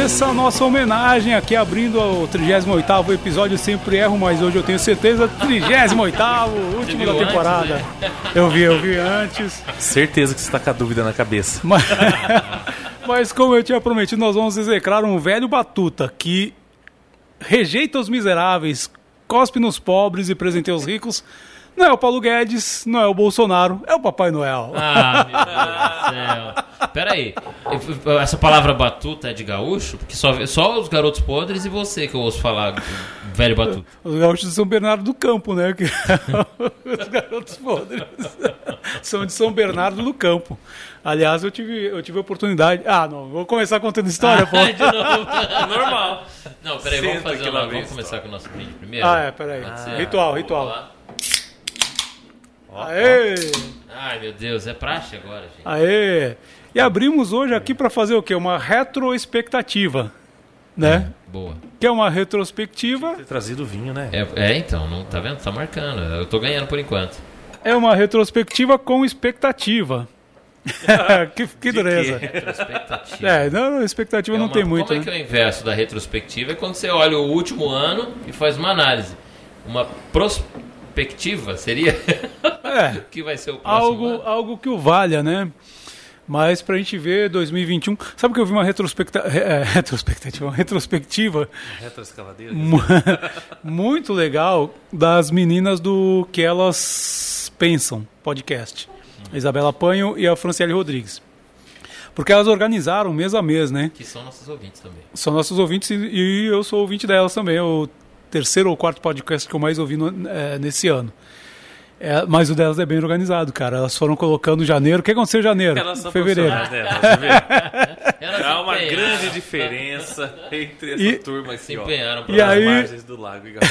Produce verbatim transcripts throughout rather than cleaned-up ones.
essa nossa homenagem aqui, abrindo o trigésimo oitavo episódio. Sempre erro, mas hoje eu tenho certeza. trigésimo oitavo, último da temporada. Antes, né? Eu vi, eu vi antes. Certeza que você está com a dúvida na cabeça. Mas, mas como eu tinha prometido, nós vamos execrar um velho batuta que rejeita os miseráveis, cospe nos pobres e presenteia os ricos. Não é o Paulo Guedes, não é o Bolsonaro, é o Papai Noel. Ah, meu Deus do céu. Pera aí, essa palavra batuta é de gaúcho? Porque só, só os garotos podres e você que eu ouço falar velho batuta. Os gaúchos de São Bernardo do Campo, né? Que os garotos podres são de São Bernardo do Campo. Aliás, eu tive, eu tive a oportunidade... Ah, não, vou começar contando história, pô. Ah, de novo. Normal. Não, peraí, vamos Senta fazer que uma... lá vem Vamos começar com o nosso brinde primeiro? Ah, é, peraí. Ah, ritual, vamos ritual. lá. Aê! Ai, meu Deus, é praxe agora, gente. Aê! E abrimos hoje aqui para fazer o quê? Uma retrospectativa, né? Boa. Que é uma retrospectiva... Ter trazido vinho, né? É, é, então, não, tá vendo? Tá marcando. Eu tô ganhando por enquanto. É uma retrospectiva com expectativa. que que dureza. Retrospectativa. É, não, expectativa É não uma- tem muito, Como né? é que é o inverso da retrospectiva? É quando você olha o último ano e faz uma análise. Uma prospectiva seria É, o que vai ser o próximo algo, ano? algo que o valha, né? Mas pra gente ver dois mil e vinte e um... Sabe que eu vi uma retrospecta... é, retrospectiva, uma retrospectiva Retroescavadeira. mu- muito legal das meninas do Que Elas Pensam, podcast. A Isabela Panho e a Franciele Rodrigues. Porque elas organizaram mês a mês, né? Que são nossos ouvintes também. São nossos ouvintes e, e eu sou ouvinte delas também. É o terceiro ou quarto podcast que eu mais ouvi no- é, nesse ano. É, mas o delas é bem organizado, cara. Elas foram colocando janeiro. O que aconteceu em janeiro? Elas são Fevereiro. profissionais, né? Você vê? Elas Há uma empenharam- grande diferença entre essa E- turma Se aqui, ó. empenharam pra E As aí- margens do lago. Igual.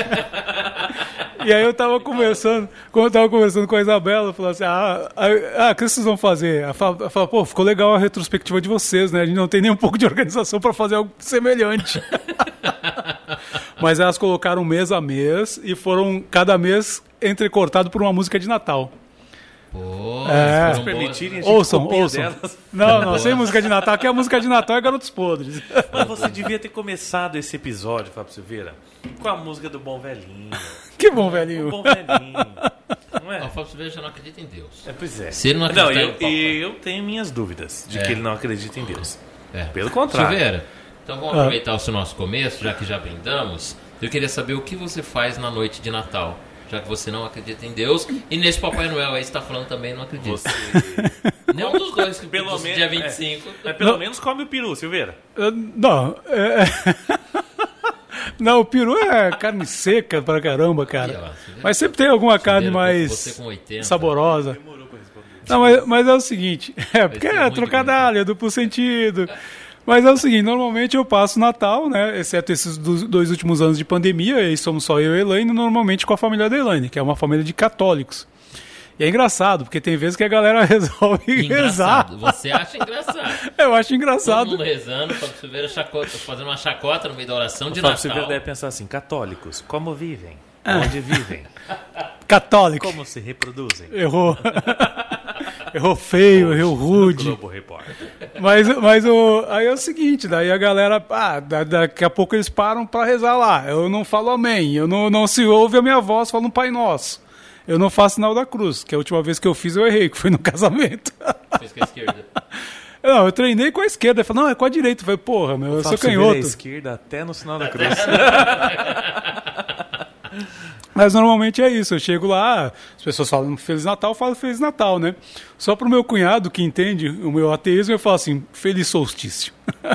E aí eu tava conversando, quando eu tava conversando com a Isabela, eu falei assim, ah, ah, ah, o que vocês vão fazer? Ela fala, ela fala, pô, ficou legal a retrospectiva de vocês, né? A gente não tem nem um pouco de organização pra fazer algo semelhante. Mas elas colocaram mês a mês e foram cada mês entrecortado por uma música de Natal. Pô, É. foram Se boas, permitirem, a né? gente Ouçam, copia ouçam. delas. Não, não, sem música de Natal, que a música de Natal é Garotos Podres. Mas você devia ter começado esse episódio, Fábio Silveira, com a música do Bom Velhinho. Que bom, O velhinho. Bom Velhinho. Não O é? Fábio Silveira já não acredita em Deus. É, pois é. Se ele não acreditar eu, em Papai. e eu tenho minhas dúvidas de É. que ele não acredita em Deus. É. Pelo contrário. Silveira, então vamos Ah. aproveitar o nosso começo, já que já brindamos. Eu queria saber o que você faz na noite de Natal, já que você não acredita em Deus. E nesse Papai Noel aí você tá falando também não acredita. Você, Nenhum dos dois, que pelo dos menos, dia vinte e cinco. é, mas pelo Não. menos come o peru, Silveira. Eu- Não, é... Não, o peru é carne seca pra caramba, Olha lá, cara. você vê? Mas sempre tem alguma carne Silveira, mais você com oitenta. saborosa. Demorou pra responder. Não, mas, mas é o seguinte, é porque ser é muito trocadilho, duplo sentido. Mas é o seguinte, normalmente eu passo Natal, né, exceto esses do- dois últimos anos de pandemia, e somos só eu e a Elaine, normalmente com a família da Elaine, que é uma família de católicos. E é engraçado, porque tem vezes que a galera resolve rezar. Engraçado. Você acha engraçado. Eu acho Todo engraçado. mundo rezando, o Fábio Silveira chacota, fazendo uma chacota no meio da oração de O Fábio Natal. Silveira deve pensar assim, católicos, como vivem? Ah. Onde vivem? Católico. Como se reproduzem? Errou. Errou feio, errou rude. Globo Repórter. Mas, mas o, aí é o seguinte, daí a galera, ah, da- daqui a pouco eles param pra rezar lá. Eu não falo amém, eu não, não se ouve a minha voz falando Pai Nosso. Eu não faço sinal da cruz, que a última vez que eu fiz eu errei, que foi no casamento. Fez com a esquerda. Não, eu treinei com a esquerda, eu falei, não, é com a direita. Eu falei, porra, meu, eu sou Fábio Silveira é canhoto. esquerda até no sinal da cruz. Mas normalmente é isso, eu chego lá, as pessoas falam Feliz Natal, eu falo Feliz Natal, né? Só pro meu cunhado, que entende o meu ateísmo, eu falo assim, Feliz Solstício.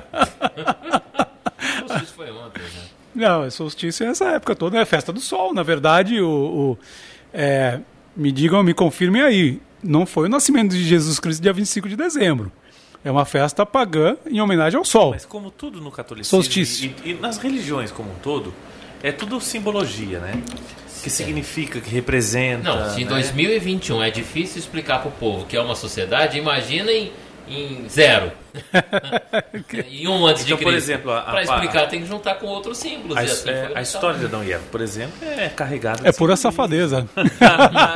Nossa, isso foi ontem, né? Não, é solstício é essa época toda, é festa do sol. Na verdade, o, o- é, me digam, me confirmem aí, não foi o nascimento de Jesus Cristo dia vinte e cinco de dezembro. É uma festa pagã em homenagem ao sol. Mas como tudo no catolicismo Solstício. e, e nas religiões como um todo, é tudo simbologia, né? Que significa, que representa. Não, se em né? dois mil e vinte e um é difícil explicar pro povo que é uma sociedade, imagina em, em zero. em um antes Então, de Cristo. por exemplo, a- Pra a- explicar tem que juntar com outros símbolos. A, e assim é, foi o a Natal. história de Adão e Eva, por exemplo, é carregada de É pura simbolismo. safadeza.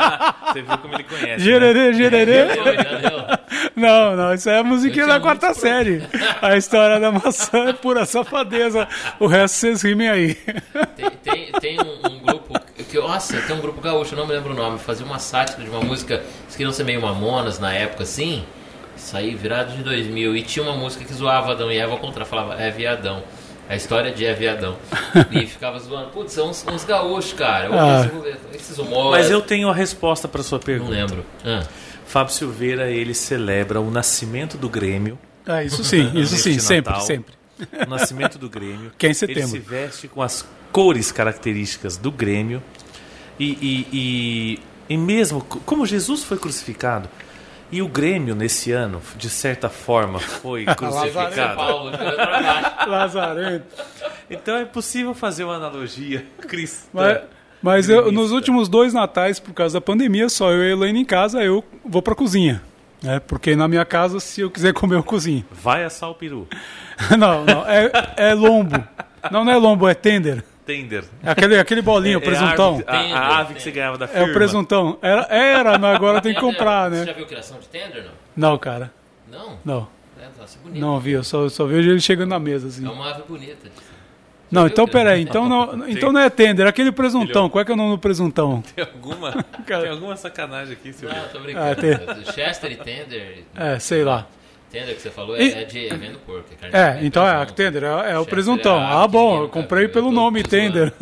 Você viu como ele conhece, Gererê, né? gererê. Deu, já deu. Não, não, isso aí é a musiquinha Eu da tinha quarta muitos série. A história da maçã é pura safadeza. O resto vocês rimem aí. Tem, tem, tem um, um grupo que, nossa, tem um grupo gaúcho, eu não me lembro o nome, fazia uma sátira de uma música, eles queriam ser meio Mamonas na época, assim, isso aí virado de dois mil, e tinha uma música que zoava Adão e Eva ao contrário, falava é viadão, a história de é viadão, e ficava zoando, putz, são uns, uns gaúchos, cara, eu Ah. penso, esses humores, Mas eu tenho a resposta para sua não pergunta. lembro. Ah, Fábio Silveira, ele celebra o nascimento do Grêmio. Ah, isso sim, isso sim, Neste sempre, Natal. sempre. O nascimento do Grêmio. Que é em Ele setembro. se veste com as cores características do Grêmio. E, e, e, e mesmo como Jesus foi crucificado, e o Grêmio nesse ano, de certa forma, foi São crucificado. Paulo, jogando pra baixo. Lazarento. Então é possível fazer uma analogia cristã. Mas, mas eu, gremista. nos últimos dois natais, por causa da pandemia, só eu e a Elaine em casa, eu vou pra cozinha. Né? Porque na minha casa, se eu quiser comer, eu cozinho. Vai assar o peru. Não, não, é, é lombo. Não, não é lombo, é tender. Tender. É aquele, aquele bolinho, o É presuntão. A ave, a, a ave que você ganhava da É firma. o presuntão. Era, era, mas agora tem que comprar, Você né? já viu criação de tender, não? Não, cara. Não? Não. É, nossa, bonito. Não vi, eu só, só vejo ele chegando na mesa, assim. É uma ave bonita. Não, viu, então cara? peraí. Então não, então não é tender, é aquele presuntão. Qual é que é o nome do presuntão? Tem alguma, tem alguma sacanagem aqui, Silvio? Não, tô Ah, brincando. Chester e tender. É, sei lá. Tender que você falou é, E- é de é vendo porco. É, carne É, de então é, a presunto. tender, é, é o Chester presuntão. é a Ah, ave bom, divina, eu comprei cara. pelo Eu tô- nome, tô tender.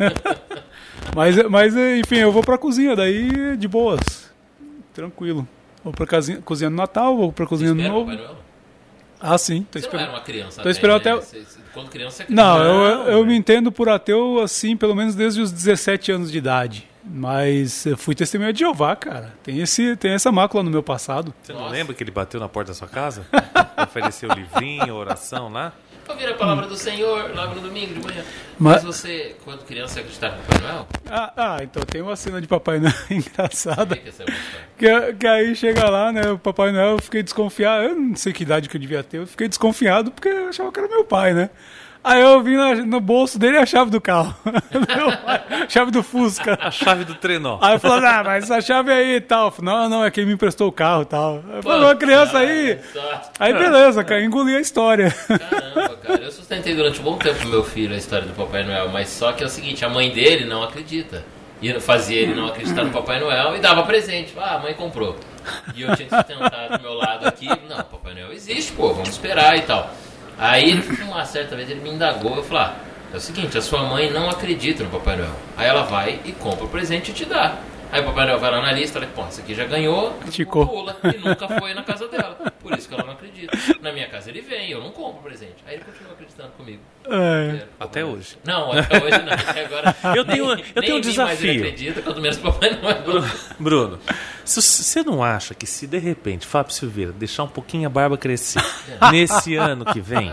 mas, mas, enfim, eu vou pra cozinha, daí de boas. Tranquilo. Vou pra casinha, cozinha no Natal, vou pra cozinha no Espera, novo. Papai Noel? Ah, sim, tô Você não esperando. era uma criança. Tô esperando né? até- Você- você- Quando criança, você Não, acredita. eu, eu me entendo por ateu, assim, pelo menos desde os dezessete anos de idade. Mas eu fui testemunha de Jeová, cara. Tem, esse, tem essa mácula no meu passado. Você não Nossa. lembra que ele bateu na porta da sua casa? Ofereceu livrinho, oração lá? Ouvir a palavra do Senhor logo no domingo de manhã. Mas- Mas, você, quando criança, você acreditava no Papai Noel? Ah, ah, então tem uma cena de Papai Noel engraçada. O que que é essa história? Que, que aí chega lá, né? O Papai Noel, eu fiquei desconfiado. Eu não sei que idade que eu devia ter. Eu fiquei desconfiado porque eu achava que era meu pai, né? Aí eu vi na- no bolso dele a chave do carro. Meu pai, chave do Fusca. A chave do trenó. Aí eu falei, ah, mas essa chave aí e tal. Eu falei, não, não, é quem me emprestou o carro e tal. Eu falei, uma criança aí. Só- Aí beleza, cara, engoli a história. Caramba, cara. Eu sustentei durante um bom tempo pro meu filho a história do Papai Noel, mas só que é o seguinte, a mãe dele não acredita. E fazia ele não acreditar no Papai Noel e dava presente. Ah, a mãe comprou. E eu tinha que sustentar do meu lado aqui. Não, Papai Noel existe, pô, vamos esperar e tal. Aí, ele, uma certa vez, ele me indagou. Eu falei, ah, é o seguinte, a sua mãe não acredita no Papai Noel. Aí ela vai e compra o presente e te dá. Aí o Papai Noel vai lá na lista, ela, pô, esse aqui já ganhou, Ticou. pula, e nunca foi na casa dela. Por isso que ela não acredita. Na minha casa ele vem, eu não compro presente. Aí ele continua acreditando comigo. É. Até hoje. Não, até hoje não. Até agora, Eu tenho- nem- eu tenho nem um mim mais ele desafio. acredita, quanto menos Papai Noel. Bruno, se você não acha que se de repente Fábio Silveira deixar um pouquinho a barba crescer nesse ano que vem,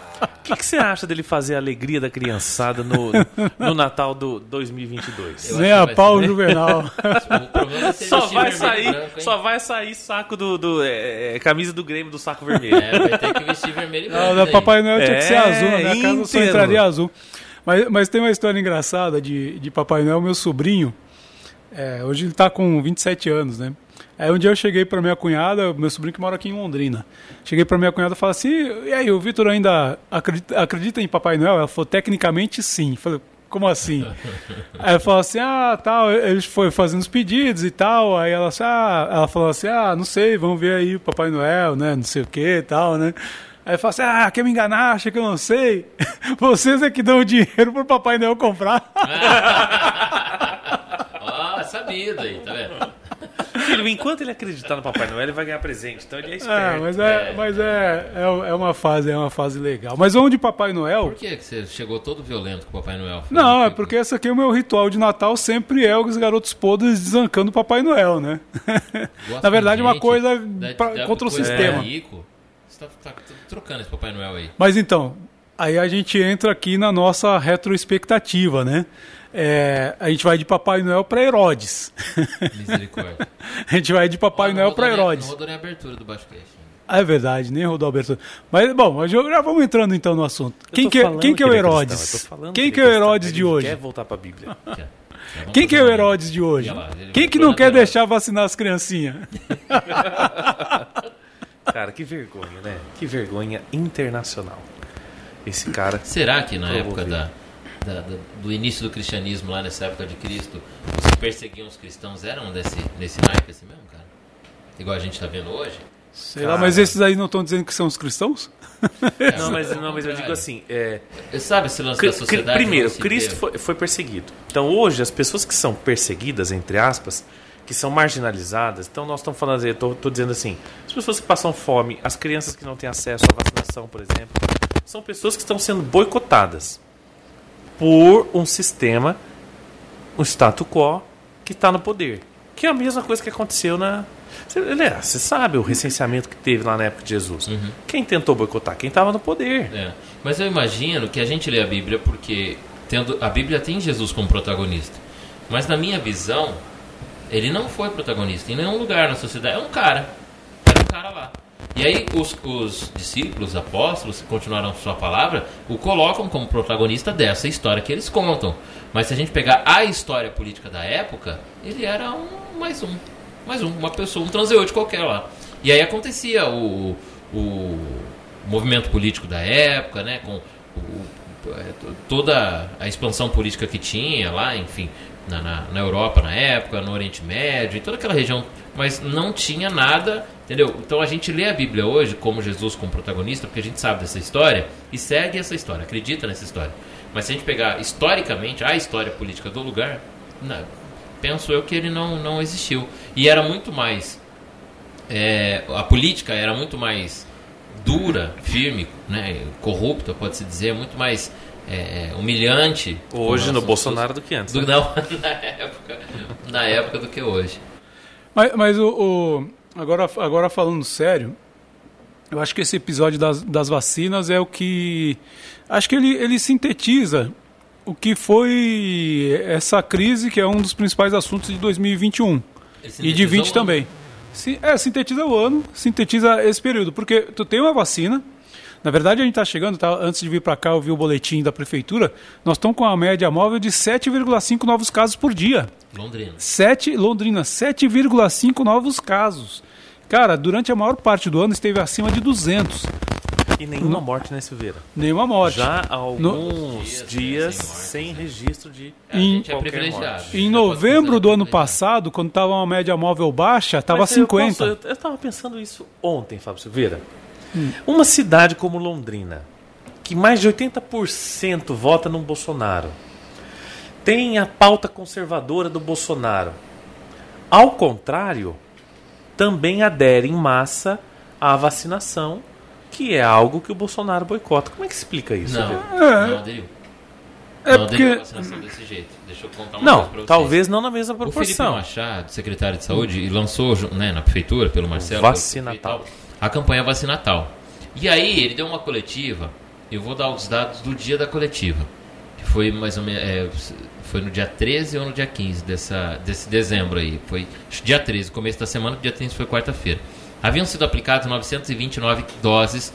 o que, que você acha dele fazer a alegria da criançada no, no Natal do dois mil e vinte e dois? Eu Nem acho a que vai pau ser- Juvenal. O problema vai ser Só vestir vai, vermelho e sair, branco, hein? só vai sair saco do, do é, é, camisa do Grêmio do saco vermelho. É, vai ter que vestir vermelho e branco. Ah, da daí. Papai Noel tinha que ser É, azul, na minha casa eu só inteiro. entraria azul. Mas, mas tem uma história engraçada de, de Papai Noel, meu sobrinho. É, hoje ele tá com vinte e sete anos, né? Aí um dia eu cheguei pra minha cunhada, meu sobrinho que mora aqui em Londrina. Cheguei pra minha cunhada e falei assim: e aí, o Vitor ainda acredita, acredita em Papai Noel? Ela falou: tecnicamente sim. Eu falei: como assim? Aí eu falei assim: ah, tal, ele foi fazendo os pedidos e tal. Aí ela, assim, ah, ela falou assim: ah, não sei, vamos ver aí o Papai Noel, né? Não sei o que e tal, né? Aí eu falo assim, ah, quer me enganar, acha que eu não sei? Vocês é que dão o dinheiro pro Papai Noel comprar. Ó, sabido aí, tá vendo? Filho, enquanto ele acreditar no Papai Noel, ele vai ganhar presente. Então ele é É, esperto. mas, é, mas é, é, é uma fase, é uma fase legal. Mas onde Papai Noel... Por que que você chegou todo violento com o Papai Noel? Não, é porque esse aqui é o meu ritual de Natal, sempre é os garotos podres desancando o Papai Noel, né? Gosto Na verdade, é de uma gente, coisa da- pra- da contra o coisa sistema. rico. Você tá, tá trocando esse Papai Noel aí. Mas então, aí a gente entra aqui na nossa retroexpectativa, né? É, a gente vai de Papai Noel para Herodes. Misericórdia. A gente vai de Papai Ó, não Noel rodou para nem- Herodes. Não rodou nem a abertura do BaixoCast. Ah, é verdade, nem rodou a abertura. Mas, bom, mas já vamos entrando então no assunto. Eu Quem tô que, é- falando quem que é o ele Herodes? cristão, eu tô falando Quem ele que é o cristão, Herodes ele de hoje? quer voltar pra Bíblia. Quem que é o Herodes de hoje? Lá, Quem que não quer deixar vacinar as criancinhas? Cara, que vergonha, né? Que vergonha internacional. Esse cara... Será que na época da, da, da, do início do cristianismo, lá nessa época de Cristo, os que perseguiam os cristãos eram desse, desse naipe assim mesmo, cara? Igual a gente está vendo hoje? Sei lá, mas esses aí não estão dizendo que são os cristãos? É, não, mas, não, mas eu digo assim... É... Sabe esse lance da sociedade? Primeiro, Cristo foi, foi perseguido. Então hoje, as pessoas que são perseguidas, entre aspas, que são marginalizadas, então nós estamos falando, eu estou dizendo assim, as pessoas que passam fome, as crianças que não têm acesso à vacinação, por exemplo, são pessoas que estão sendo boicotadas por um sistema, um status quo, que está no poder. Que é a mesma coisa que aconteceu na... Você sabe o recenseamento que teve lá na época de Jesus. Uhum. Quem tentou boicotar? Quem estava no poder. É. Mas eu imagino que a gente lê a Bíblia porque tendo, a Bíblia tem Jesus como protagonista. Mas na minha visão, ele não foi protagonista em nenhum lugar na sociedade. É um cara. Era um cara lá. E aí os, os discípulos, os apóstolos, que continuaram sua palavra, o colocam como protagonista dessa história que eles contam. Mas se a gente pegar a história política da época, ele era um mais um. Mais um, uma pessoa, um transeunte qualquer lá. E aí acontecia o, o movimento político da época, né, com o, toda a expansão política que tinha lá, enfim, na, na, na Europa na época, no Oriente Médio, em toda aquela região, mas não tinha nada, entendeu? Então a gente lê a Bíblia hoje como Jesus como protagonista, porque a gente sabe dessa história e segue essa história, acredita nessa história. Mas se a gente pegar historicamente a história política do lugar, não, penso eu que ele não, não existiu. E era muito mais... É, a política era muito mais dura, firme, né, corrupta, pode-se dizer, muito mais é, humilhante. Hoje no Bolsonaro do que antes. Do, né? não, na, época, na época do que hoje. Mas, mas o, o, agora, agora falando sério, eu acho que esse episódio das, das vacinas é o que... Acho que ele, ele sintetiza... o que foi essa crise, que é um dos principais assuntos de dois mil e vinte e um. E de vinte também. Sim, é, sintetiza o ano, sintetiza esse período. Porque tu tem uma vacina, na verdade a gente está chegando, tá, antes de vir para cá eu vi o boletim da prefeitura, nós estamos com uma média móvel de sete vírgula cinco novos casos por dia. Londrina. sete, Londrina, sete vírgula cinco novos casos. Cara, durante a maior parte do ano esteve acima de duzentos. E nenhuma morte, né, Silveira? Nenhuma morte. Já há alguns no... dias, dias sem, sem registro de é, a gente é privilegiado. Em novembro do ano passado, quando estava uma média móvel baixa, estava cinquenta. Eu estava pensando isso ontem, Fábio Silveira. Hum. Uma cidade como Londrina, que mais de oitenta por cento vota no Bolsonaro, tem a pauta conservadora do Bolsonaro. Ao contrário, também adere em massa à vacinação, que é algo que o Bolsonaro boicota. Como é que se explica isso? Não, é. não aderiu. É não porque... aderiu a vacinação desse jeito. Deixa eu contar uma não, coisa pra vocês. Talvez não na mesma proporção. O Felipe Machado, secretário de Saúde, e lançou, né, na prefeitura, pelo Marcelo, Vacinatal, a campanha Vacinatal. E aí ele deu uma coletiva, eu vou dar os dados do dia da coletiva, que foi mais ou menos... É, foi no dia treze ou no dia quinze dessa, desse dezembro aí. Foi dia treze, começo da semana, dia quinze foi quarta-feira. Haviam sido aplicadas novecentas e vinte e nove doses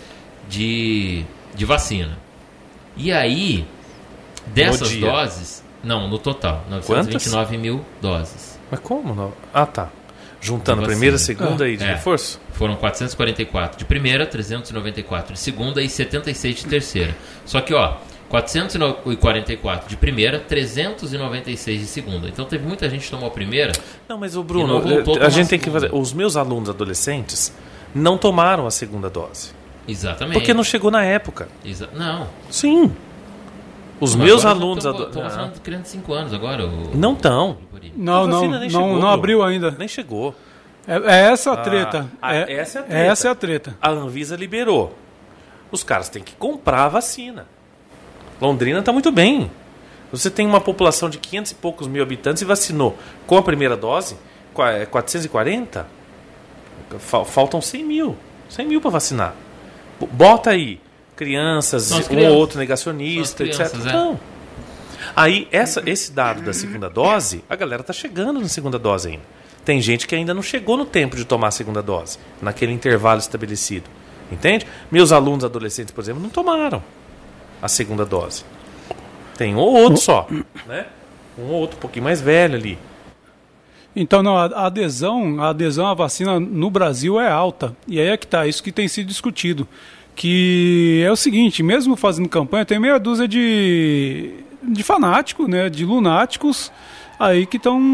de, de vacina. E aí, dessas doses... Não, no total. novecentas e vinte e nove mil doses. Mas como? Não? Ah, tá. Juntando a primeira, segunda ah, e de é, reforço? Foram quatrocentos e quarenta e quatro de primeira, trezentos e noventa e quatro de segunda e setenta e seis de terceira. Só que, ó, quatrocentos e quarenta e quatro de primeira, trezentos e noventa e seis de segunda. Então teve muita gente que tomou a primeira. Não, mas o Bruno, a, a gente tem que fazer. Os meus alunos adolescentes não tomaram a segunda dose. Exatamente. Porque não chegou na época. Exa não. Sim. Os Mas meus alunos adolescentes. Estão vacinando criança de cinco anos agora. O, não estão. Não, não, não, chegou, não abriu ainda. Nem chegou. É, é essa a treta. Ah, é, essa é a treta. Essa é a treta. A Anvisa liberou. Os caras têm que comprar a vacina. Londrina está muito bem. Você tem uma população de quinhentos e poucos mil habitantes e vacinou com a primeira dose quatrocentos e quarenta. Faltam cem mil. cem mil para vacinar. Bota aí crianças, um crianças. ou outro negacionista, crianças, etcétera. É. Então, aí essa, esse dado da segunda dose, a galera está chegando na segunda dose ainda. Tem gente que ainda não chegou no tempo de tomar a segunda dose, naquele intervalo estabelecido. Entende? Meus alunos adolescentes, por exemplo, não tomaram a segunda dose. Tem um ou outro só, né? Um ou outro um pouquinho mais velho ali. Então, não, a adesão, a adesão à vacina no Brasil é alta. E aí é que está, isso que tem sido discutido. Que é o seguinte, mesmo fazendo campanha, tem meia dúzia de, de fanáticos, né, de lunáticos, aí que estão,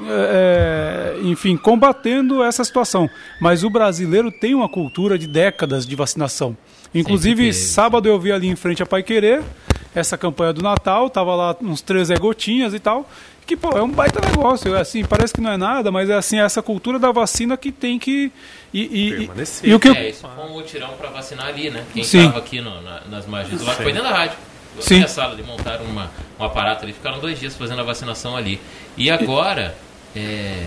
é, enfim, combatendo essa situação. Mas o brasileiro tem uma cultura de décadas de vacinação. Inclusive, sábado eu vi ali em frente a Paiquerê, essa campanha do Natal, tava lá uns três Zé Gotinhas e tal, que, pô, é um baita negócio, é assim, parece que não é nada, mas é assim, essa cultura da vacina que tem que... E, e, permanecer. E o que eu... É, isso foi um mutirão para vacinar ali, né? Quem Sim. estava aqui no, na, nas margens do lago foi dentro da rádio. Eu Sim. fui na sala de montar uma, um aparato ali, ficaram dois dias fazendo a vacinação ali. E agora, é, é,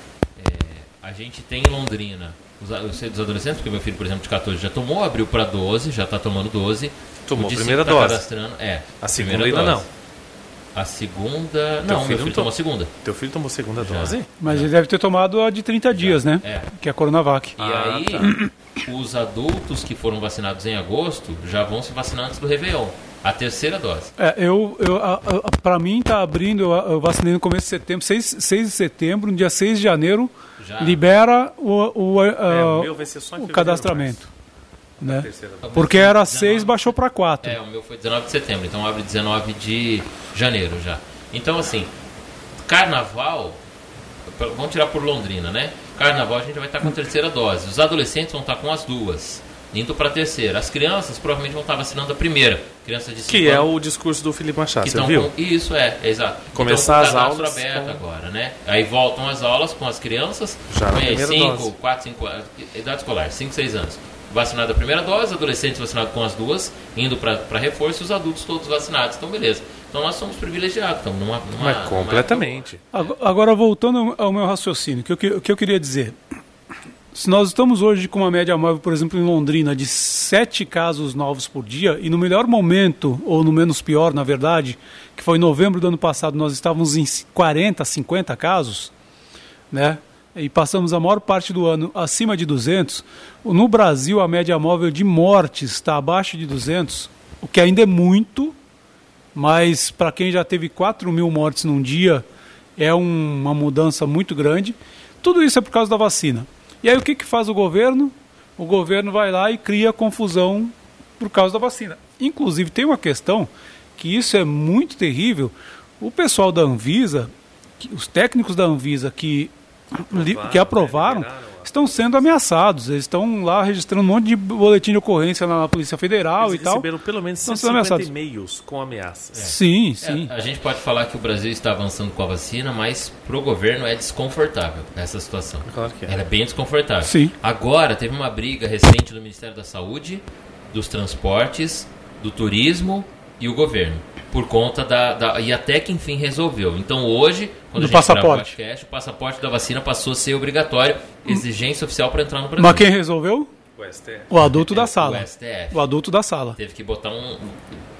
a gente tem em Londrina, os, os adolescentes, porque meu filho, por exemplo, de quatorze já tomou, abriu para doze, já está tomando doze. Tomou O a de primeira cinco tá dose. cadastrando, é, A segunda primeira ainda dose. não. A segunda... Não, filho meu não filho to- tomou a segunda. Teu filho tomou segunda Já. dose? Mas ele deve ter tomado a de trinta dias, né? É. Que é a Coronavac. E Ah, aí, os adultos que foram vacinados em agosto já vão se vacinar antes do Réveillon. A terceira dose. É, eu, eu, a- a- pra mim tá abrindo, eu, eu vacinei no começo de setembro, seis de setembro, no dia seis de janeiro, Já. libera o, o, a- É, o meu vai ser só em o fevereiro, cadastramento. Né? Terceira dose. Porque era dezenove. seis, baixou para quatro. É, o meu foi dezenove de setembro, então abre dezenove de janeiro já. Então, assim, carnaval, vamos tirar por Londrina, né? Carnaval a gente vai estar com a terceira dose. Os adolescentes vão estar com as duas, indo para a terceira. As crianças provavelmente vão estar vacinando a primeira. Crianças de cinco Que é anos. o discurso do Felipe Machado, Que você tão viu? com, isso é, é exato. Começar Então, com o as cadastro aulas aberto com- agora, né? Aí voltam as aulas com as crianças, Já na com primeira cinco, dose. quatro, cinco anos, idade escolar, cinco, seis anos. Vacinado a primeira dose, adolescentes vacinados com as duas, indo para reforço, e os adultos todos vacinados. Então, beleza. Então, nós somos privilegiados, estamos numa, numa, Mas numa completamente. Ag- Agora, voltando ao meu raciocínio, o que, eu que- o que eu queria dizer. Se nós estamos hoje com uma média móvel, por exemplo, em Londrina, de sete casos novos por dia, e no melhor momento, ou no menos pior, na verdade, que foi em novembro do ano passado, nós estávamos em quarenta, cinquenta casos, né? E passamos a maior parte do ano acima de duzentos. No Brasil, a média móvel de mortes está abaixo de duzentos, o que ainda é muito, mas para quem já teve quatro mil mortes num dia, é um- uma mudança muito grande. Tudo isso é por causa da vacina. E aí o que, que faz o governo? O governo vai lá e cria confusão por causa da vacina. Inclusive tem uma questão que isso é muito terrível. O pessoal da Anvisa, que- os técnicos da Anvisa que, li- que aprovaram, né, liberaram a- estão sendo ameaçados. Eles estão lá registrando um monte de boletim de ocorrência na, na Polícia Federal Eles e tal. receberam pelo menos Estão cento sendo e cinquenta ameaçados. e-mails com ameaças. Sim, sim. É, a gente pode falar que o Brasil está avançando com a vacina, mas pro governo é desconfortável essa situação. Claro que é. Ela é bem desconfortável. Sim. Agora, teve uma briga recente do Ministério da Saúde, dos transportes, do turismo e o governo. Por conta da, da... E até que enfim resolveu. Então hoje, quando Do a gente grava o passaporte. podcast, o passaporte da vacina passou a ser obrigatório, exigência oficial para entrar no Brasil. Mas quem resolveu? O S T F. O adulto É, da o sala. S T F. O adulto da sala. Teve que botar um, um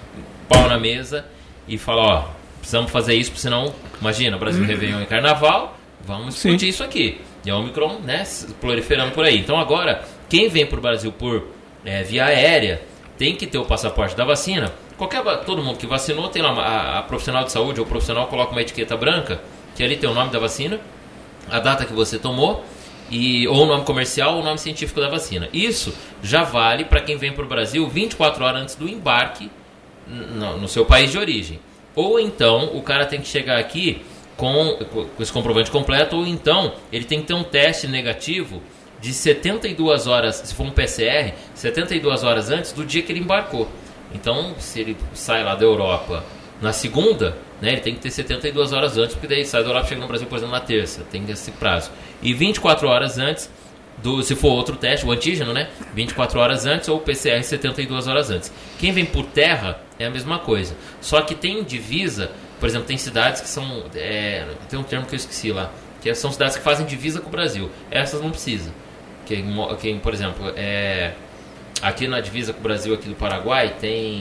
pau na mesa e falar, ó, precisamos fazer isso, porque senão, imagina, Brasil Réveillon e Carnaval, vamos explodir Sim. isso aqui. E a Omicron, né, se proliferando por aí. Então agora, quem vem para o Brasil por é, via aérea, tem que ter o passaporte da vacina. Qualquer, va- todo mundo que vacinou, tem lá uma- a, a profissional de saúde ou o profissional coloca uma etiqueta branca, que ali tem o nome da vacina, a data que você tomou, e, ou o nome comercial ou o nome científico da vacina. Isso já vale para quem vem para o Brasil vinte e quatro horas antes do embarque no, no seu país de origem. Ou então o cara tem que chegar aqui com, com esse comprovante completo, ou então ele tem que ter um teste negativo de setenta e duas horas, se for um P C R, setenta e duas horas antes do dia que ele embarcou. Então, se ele sai lá da Europa na segunda, né, ele tem que ter setenta e duas horas antes, porque daí sai da Europa e chega no Brasil, por exemplo, na terça. Tem esse prazo. E vinte e quatro horas antes, do, se for outro teste, o antígeno, né? vinte e quatro horas antes, ou o P C R setenta e duas horas antes. Quem vem por terra é a mesma coisa. Só que tem divisa, por exemplo, tem cidades que são... É, tem um termo que eu esqueci lá, que são cidades que fazem divisa com o Brasil. Essas não precisam. Quem, mo- quem por exemplo, é... Aqui na divisa com o Brasil, aqui do Paraguai, tem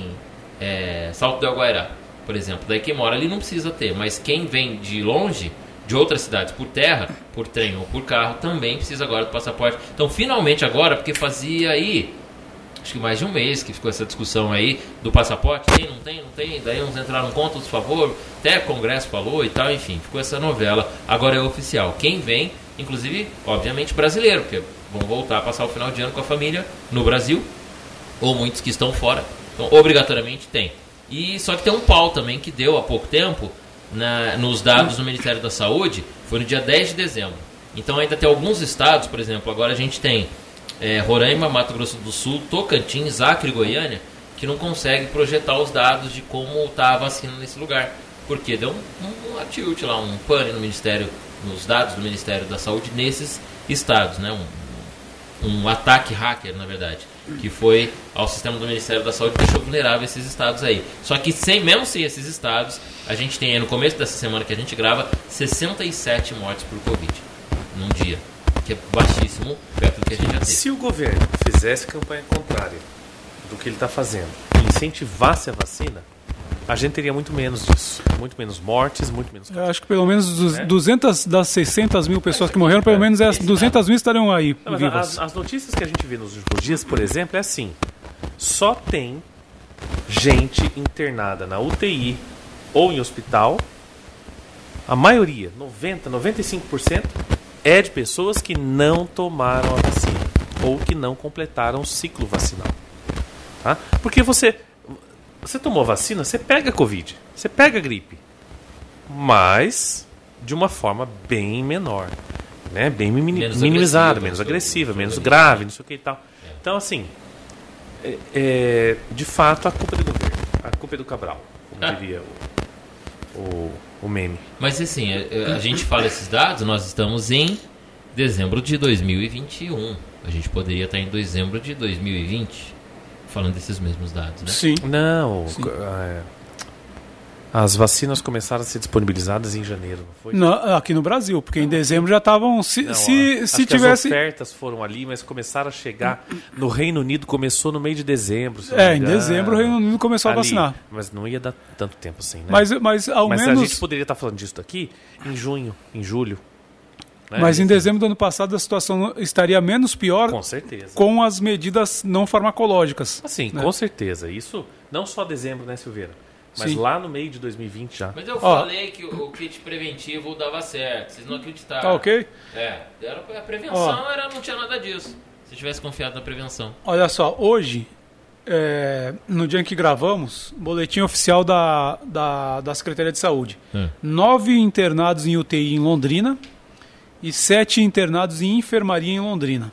é, Salto del Guairá, por exemplo. Daí quem mora ali não precisa ter, mas quem vem de longe, de outras cidades, por terra, por trem ou por carro, também precisa agora do passaporte. Então, finalmente agora, porque fazia aí, acho acho que mais de um mês que ficou essa discussão aí do passaporte, tem, não tem, não tem, daí uns entraram contra, outros favor, até o Congresso falou e tal, enfim, ficou essa novela, agora é oficial. Quem vem, inclusive, obviamente, brasileiro, porque vão voltar a passar o final de ano com a família no Brasil, ou muitos que estão fora, então obrigatoriamente tem. E só que tem um pau também que deu há pouco tempo, na, nos dados do Ministério da Saúde, foi no dia dez de dezembro. Então ainda tem alguns estados, por exemplo, agora a gente tem É, Roraima, Mato Grosso do Sul, Tocantins, Acre e Goiânia, que não consegue projetar os dados de como está a vacina nesse lugar. Porque deu um, um, um tilt lá, um pane no Ministério, nos dados do Ministério da Saúde nesses estados, né? um, um ataque hacker, na verdade, que foi ao sistema do Ministério da Saúde e deixou vulnerável esses estados aí. Só que sem, mesmo sem esses estados, a gente tem aí no começo dessa semana que a gente grava, sessenta e sete mortes por Covid num dia. Que é baixíssimo perto do que a gente já teve. Se o governo fizesse campanha contrária do que ele está fazendo e incentivasse a vacina, a gente teria muito menos disso. Muito menos mortes, muito menos casos. Eu acho que pelo menos dos, é? duzentas das seiscentas mil pessoas que morreram, pelo menos as duzentas mil estariam aí Não, vivas. As, as notícias que a gente vê nos últimos dias, por exemplo, é assim. Só tem gente internada na U T I ou em hospital. A maioria, noventa, noventa e cinco por cento, é de pessoas que não tomaram a vacina ou que não completaram o ciclo vacinal. Tá? Porque você, você tomou vacina, você pega Covid, você pega gripe, mas de uma forma bem menor, né? Bem menos minimizada, menos agressiva, menos grave, não sei o que e tal. É. Então, assim, é, é, de fato, a culpa é do governo, a culpa é do Cabral, como ah. diria o, o o meme. Mas assim, a, a gente fala esses dados, nós estamos em dezembro de dois mil e vinte e um. A gente poderia estar em dezembro de dois mil e vinte falando desses mesmos dados, né? Sim. Não, Sim. É, as vacinas começaram a ser disponibilizadas em janeiro, não foi? Não, aqui no Brasil, porque em dezembro já estavam... Se, não, se, acho se que tivesse... as ofertas foram ali, mas começaram a chegar... No Reino Unido começou no meio de dezembro. É, em dezembro o Reino Unido começou ali, a vacinar. Mas não ia dar tanto tempo assim, né? Mas, mas ao mas menos... a gente poderia estar falando disso aqui em junho, em julho. Né? Mas em dezembro do ano passado a situação estaria menos pior... Com certeza. Com as medidas não farmacológicas. Assim, né? Com certeza. Isso não só dezembro, né, Silveira? Mas Sim. lá no meio de dois mil e vinte já. Mas eu Ó, falei que o, o kit preventivo dava certo. Vocês não acreditaram. Tá ok? É. Era, a prevenção Ó, era, não tinha nada disso. Se tivesse confiado na prevenção. Olha só, hoje, é, no dia em que gravamos, boletim oficial da, da, da Secretaria de Saúde. Hum. Nove internados em U T I em Londrina e sete internados em enfermaria em Londrina.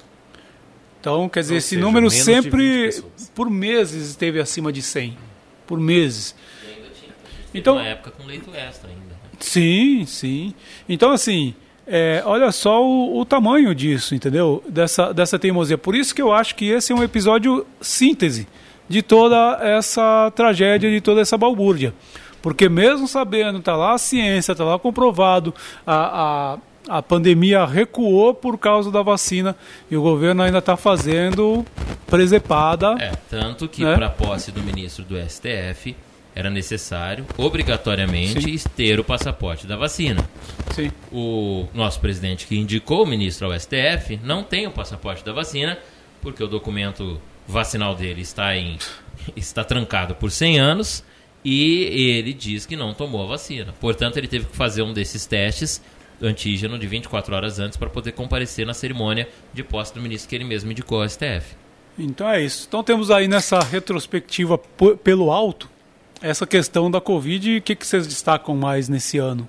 Então, quer dizer, Ou esse seja, número sempre, por meses, esteve acima de cem. Por meses. E ainda tinha, então, uma época com leito extra ainda. Né? Sim, sim. Então, assim, é, olha só o, o tamanho disso, entendeu? Dessa, dessa teimosia. Por isso que eu acho que esse é um episódio síntese de toda essa tragédia, de toda essa balbúrdia. Porque mesmo sabendo, está lá a ciência, está lá comprovado, a, a, a pandemia recuou por causa da vacina e o governo ainda está fazendo presepada. É, tanto que né? para a posse do ministro do S T F era necessário, obrigatoriamente, Sim. ter o passaporte da vacina. Sim. O nosso presidente que indicou o ministro ao S T F não tem o passaporte da vacina, porque o documento vacinal dele está, em, está trancado por cem anos e ele diz que não tomou a vacina. Portanto, ele teve que fazer um desses testes antígeno de vinte e quatro horas antes para poder comparecer na cerimônia de posse do ministro que ele mesmo indicou ao S T F. Então é isso. Então temos aí nessa retrospectiva p- pelo alto essa questão da Covid. E o que, que vocês destacam mais nesse ano?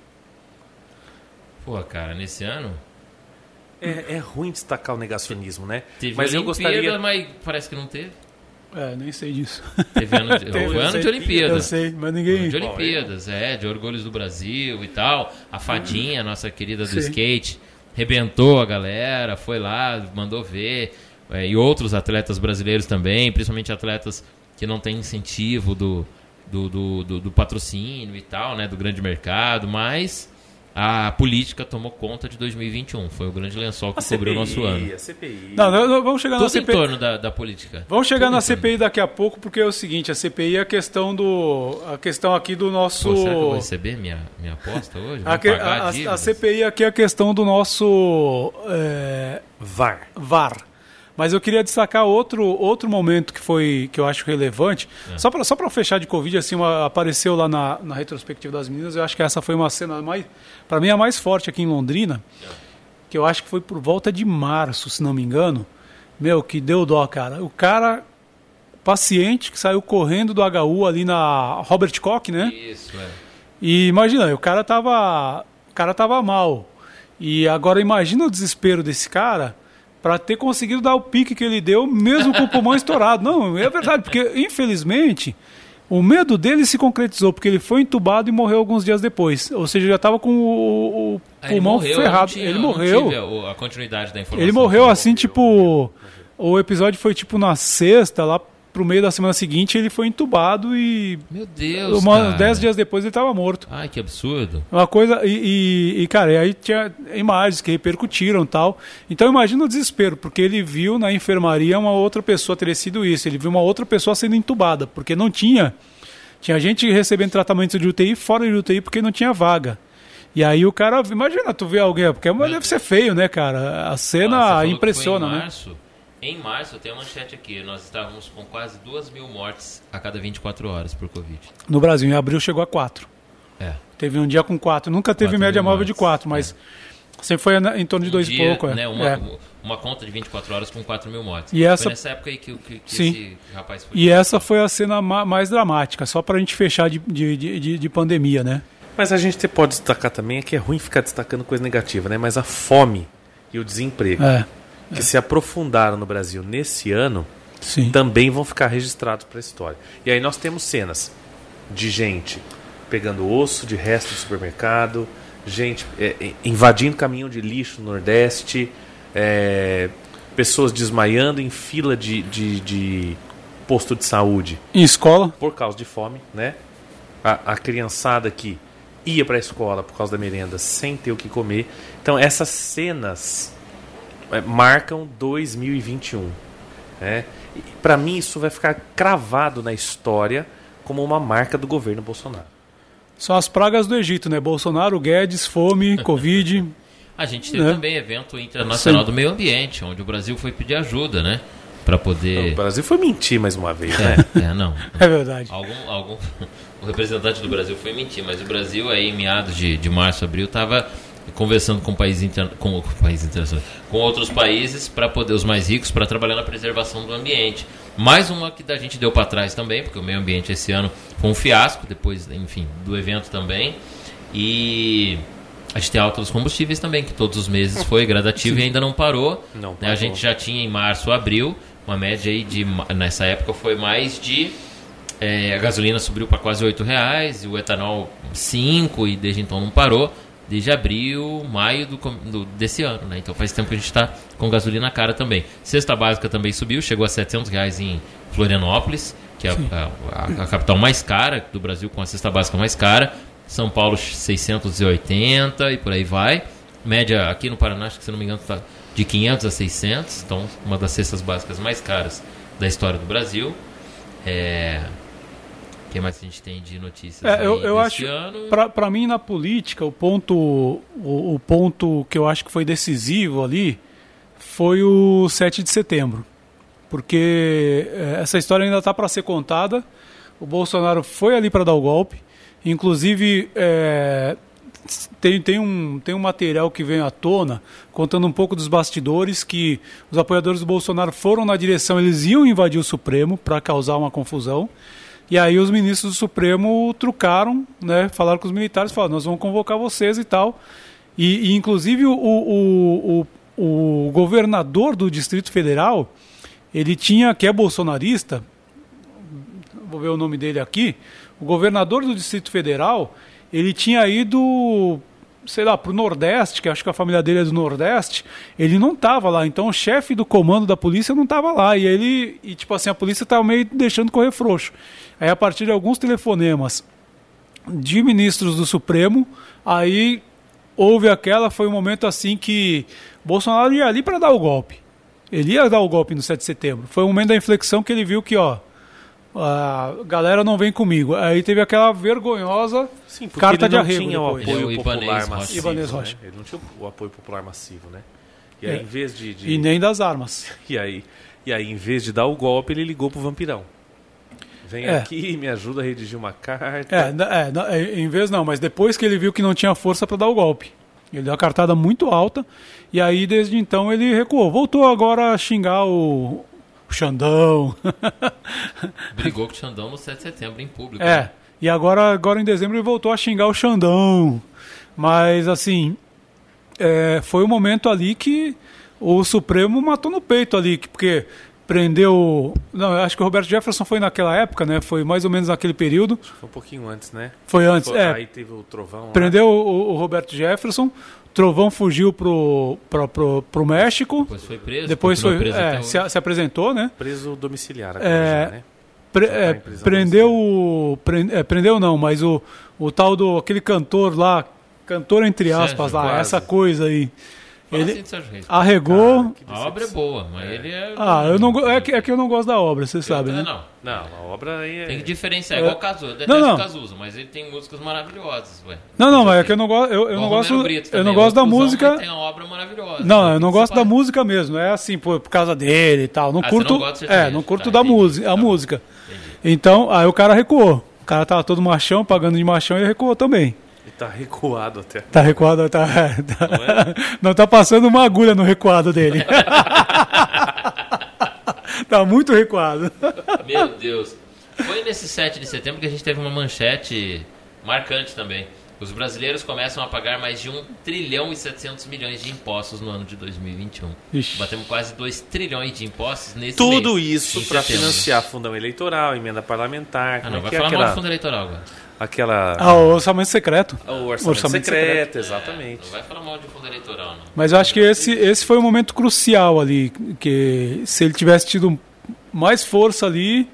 Pô, cara, nesse ano... É, é ruim destacar o negacionismo, né? Teve mas eu gostaria... mas parece que não teve. É, nem sei disso. Teve ano de, Teve, foi ano sei, de Olimpíadas. Eu sei, mas ninguém... De Olimpíadas, é, de Orgulhos do Brasil e tal. A Fadinha, nossa querida do Sim. skate, rebentou a galera, foi lá, mandou ver... É, e outros atletas brasileiros também, principalmente atletas que não têm incentivo do, do, do, do, do patrocínio e tal, né, do grande mercado, mas a política tomou conta de dois mil e vinte e um. Foi o grande lençol que a cobriu o C P I, nosso ano. A C P I. Não, não, não, vamos chegar Tudo na C P I. em torno da, da política. Vamos chegar Tudo na em C P I torno. daqui a pouco, porque é o seguinte, a C P I é a questão do... A questão aqui do nosso... Pô, será que eu vou receber minha, minha aposta hoje? Vou A, que, pagar a, a, a C P I aqui é a questão do nosso é, V A R. V A R. Mas eu queria destacar outro, outro momento que foi que eu acho relevante. É. Só para só para fechar de Covid, assim, uma, apareceu lá na, na retrospectiva das meninas. Eu acho que essa foi uma cena mais, para mim, a mais forte aqui em Londrina. É. Que eu acho que foi por volta de março, se não me engano. Meu, que deu dó, cara. O cara, paciente, que saiu correndo do H U ali na Robert Koch, né? Isso, é. E imagina, o cara tava, o cara tava mal. E agora imagina o desespero desse cara para ter conseguido dar o pique que ele deu, mesmo com o pulmão estourado. Não, é verdade, porque infelizmente o medo dele se concretizou, porque ele foi entubado e morreu alguns dias depois. Ou seja, já estava com o, o pulmão ele morreu, ferrado. Tinha, ele morreu. A, a continuidade da informação. Ele morreu assim, morreu, tipo... Morreu. O episódio foi tipo na sexta, lá pro meio da semana seguinte, ele foi entubado e... Meu Deus, uma, cara. Dez dias depois ele estava morto. Ai, que absurdo. Uma coisa... E, e, e, cara, aí tinha imagens que repercutiram e tal. Então imagina o desespero, porque ele viu na enfermaria uma outra pessoa ter sido isso. Ele viu uma outra pessoa sendo entubada, porque não tinha... Tinha gente recebendo tratamento de U T I fora de U T I porque não tinha vaga. E aí o cara... Imagina tu ver alguém... Porque Meu deve ser feio, né, cara? A cena ah, impressiona, né? Março. Em março, eu tenho uma manchete aqui, nós estávamos com quase duas mil mortes a cada vinte e quatro horas por Covid. No Brasil, em abril chegou a quatro. É. Teve um dia com quatro. Nunca teve média móvel de quatro, mas é. sempre foi em torno de um dois e pouco. É. Né, uma, é. uma conta de vinte e quatro horas com quatro mil mortes. E essa... Foi nessa época aí que, que, que Sim. esse rapaz foi... E essa foi a cena ma- mais dramática, só pra gente fechar de, de, de, de pandemia, né? Mas a gente pode destacar também, é que é ruim ficar destacando coisa negativa, né? Mas a fome e o desemprego... É. que é. se aprofundaram no Brasil nesse ano, Sim. também vão ficar registrados para a história. E aí nós temos cenas de gente pegando osso de resto do supermercado, gente é, invadindo caminhão de lixo no Nordeste, é, pessoas desmaiando em fila de, de, de posto de saúde. Em escola. Por causa de fome, né? A, a criançada que ia para a escola por causa da merenda sem ter o que comer. Então essas cenas... marcam dois mil e vinte e um. Né? Para mim, isso vai ficar cravado na história como uma marca do governo Bolsonaro. São as pragas do Egito, né? Bolsonaro, Guedes, fome, Covid. A gente teve né? também evento internacional Sim. do meio ambiente, onde o Brasil foi pedir ajuda, né? Para poder... Não, o Brasil foi mentir mais uma vez, é, né? É, não. É verdade. Algum, algum... O representante do Brasil foi mentir, mas o Brasil aí em meados de, de março, abril, estava... conversando com países inter... com, com países internacionais, com outros países para poder os mais ricos para trabalhar na preservação do ambiente. Mais uma que a gente deu para trás também, porque o meio ambiente esse ano foi um fiasco depois, enfim, do evento também. E a gente tem a alta dos combustíveis também, que todos os meses foi gradativo Sim. e ainda não parou. Não né? parou. A gente já tinha em março, abril, uma média aí de nessa época foi mais de é, a gasolina subiu para quase oito reais e o etanol cinco e desde então não parou. Desde abril, maio do, do, desse ano, né? Então faz tempo que a gente está com gasolina cara também. Cesta básica também subiu, chegou a setecentos reais em Florianópolis, que é a, a, a capital mais cara do Brasil, com a cesta básica mais cara. São Paulo seiscentos e oitenta e por aí vai. Média aqui no Paraná, acho que se não me engano, está de quinhentos a seiscentos. Então, uma das cestas básicas mais caras da história do Brasil. É... O que mais a gente tem de notícias é, eu, eu acho, ano? Para mim, na política, o ponto, o, o ponto que eu acho que foi decisivo ali foi o sete de setembro. Porque essa história ainda está para ser contada. O Bolsonaro foi ali para dar o golpe. Inclusive, é, tem, tem, um, tem um material que vem à tona contando um pouco dos bastidores, que os apoiadores do Bolsonaro foram na direção, eles iam invadir o Supremo para causar uma confusão. E aí os ministros do Supremo trucaram, né, falaram com os militares, falaram, nós vamos convocar vocês e tal. E, e inclusive o, o, o, o governador do Distrito Federal, ele tinha, que é bolsonarista, vou ver o nome dele aqui, o governador do Distrito Federal, ele tinha ido, sei lá, para o Nordeste, que acho que a família dele é do Nordeste, ele não estava lá, então o chefe do comando da polícia não estava lá, e ele, e tipo assim, a polícia estava meio deixando correr frouxo. Aí a partir de alguns telefonemas de ministros do Supremo, aí houve aquela, foi um momento assim que Bolsonaro ia ali para dar o golpe. Ele ia dar o golpe no sete de setembro. Foi o momento da inflexão que ele viu que, ó, a galera não vem comigo. Aí teve aquela vergonhosa Sim, carta de arrego. Tinha o depois. apoio Ele, popular Ibanez massivo, Ibanez né? Rocha. Ele não tinha o apoio popular massivo, né? E aí, É. em vez de, de- E nem das armas. E aí, e aí, em vez de dar o golpe, ele ligou pro vampirão. Vem É. aqui, me ajuda a redigir uma carta. É, na- é, na- é, em vez não, mas depois que ele viu que não tinha força para dar o golpe. Ele deu uma cartada muito alta e aí desde então ele recuou. Voltou agora a xingar o, o Xandão. Brigou com o Xandão no sete de setembro em público. É, e agora, agora em dezembro ele voltou a xingar o Xandão. Mas assim, é, foi o momento ali que o Supremo matou no peito ali, que- porque prendeu... Não, eu acho que o Roberto Jefferson foi naquela época, né? Foi mais ou menos naquele período. Foi um pouquinho antes, né? Foi antes, Foi- é. Aí teve o trovão lá. Prendeu o, o Roberto Jefferson, Trovão fugiu pro, pro, pro, pro México, Depois foi preso. depois continuou foi, preso é, até se, hoje. se apresentou, né? Preso domiciliar agora É, já, né? Pre- Já tá é, em prisão prendeu o. Pre, é, prendeu não, mas o, o tal do. Aquele cantor lá, cantor entre aspas Sérgio lá, Quase. essa coisa aí. Fala Ele assim do Sérgio Reis. arregou. Cara, que A obra é decepção. boa, mas ele é... Ah, eu não, go- é, que, é que eu não gosto da obra, você sabe, Eu- né? Não, Não, a obra aí é... tem que diferenciar. É. Igual o Cazuza. Eu Não, detesto não. o Cazuza, mas ele tem músicas maravilhosas, ué. Não, não, mas é que eu não gosto. Eu, eu Igual não o gosto. Romero Brito Eu não também, gosto da é um cuzão, música. mas tem uma obra maravilhosa. Não, eu Tem não que gosto da separar. música mesmo. É assim, por, por causa dele e tal. Não Ah, você curto. não gosta de é, sertanejo. não curto Tá, da entendi. música, a Tá bom. música. Entendi. Então, aí o cara recuou. O cara tava todo machão, pagando de machão, e ele recuou também. Ele tá recuado até. Tá recuado, tá. tá- Não é? Não tá passando uma agulha no recuado dele. Tá muito recuado. Meu Deus. Foi nesse sete de setembro que a gente teve uma manchete marcante também. Os brasileiros começam a pagar mais de um trilhão e setecentos milhões de impostos no ano de dois mil e vinte e um. Ixi. Batemos quase dois trilhões de impostos nesse Tudo mês, isso em para setembro. financiar fundão eleitoral, emenda parlamentar. Ah, como não, é vai que é falar mal aquela, do fundo eleitoral agora. aquela Ah, o orçamento secreto. o orçamento, orçamento secreto, É, exatamente. não vai falar mal de fundo eleitoral, não. Mas eu acho que esse, esse foi um momento crucial ali. Que se ele tivesse tido mais força ali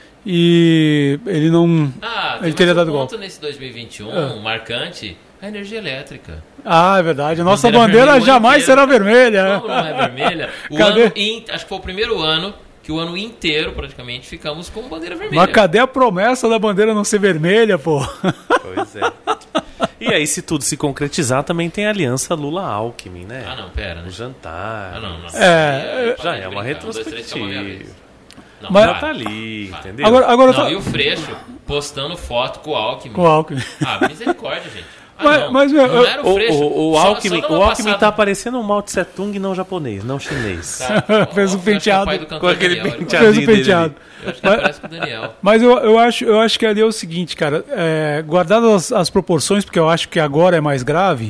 e ele não. Ah, Ele tem teria mais dado um ponto golpe. nesse dois mil e vinte e um, Ah. marcante, a energia elétrica. Ah, é verdade. A nossa Bandeira bandeira, vermelha o ano jamais inteiro. será vermelha. Como não é vermelha? O Cadê? ano in- acho que foi o primeiro ano que o ano inteiro, praticamente, ficamos com bandeira vermelha. Mas cadê a promessa da bandeira não ser vermelha, pô? Pois é. E aí, se tudo se concretizar, também tem a aliança Lula-Alckmin, né? Ah, não, pera, né? O jantar. Ah, não, não. É, Já Para de é uma brincar. Um, dois, três, calma, minha retrospectiva. vez. Não, Mas- Já para. tá ali, Para. entendeu? Agora, agora Não, tá... e o Freixo postando foto com o Alckmin. Com o Alckmin. Ah, misericórdia, gente. Ah, Mas- não. mas, meu, não eu- era O, o Freixo. o, o Só- Alckmin, só o numa Alckmin passada- tá parecendo um Mao Tse Tung não japonês, não chinês. Tá, Fez um o Alckmin, acho que é o pai penteado do cantor com aquele Daniel, ele- penteado. Fez o dele penteado. Eu acho que ele parece com o Daniel. Mas eu, eu, acho, eu acho que ali é o seguinte, cara, é, guardadas as, as proporções, porque eu acho que agora é mais grave,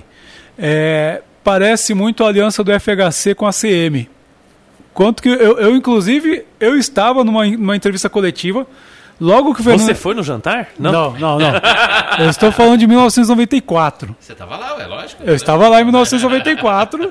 é, parece muito a aliança do F H C com a C M. Quanto que eu, eu inclusive, eu estava numa, numa entrevista coletiva, logo que o Fernando... Você foi no jantar? Não, não, não. Eu estou falando de mil novecentos e noventa e quatro. Você tava lá, ué, lógico. Eu estava lá em mil novecentos e noventa e quatro,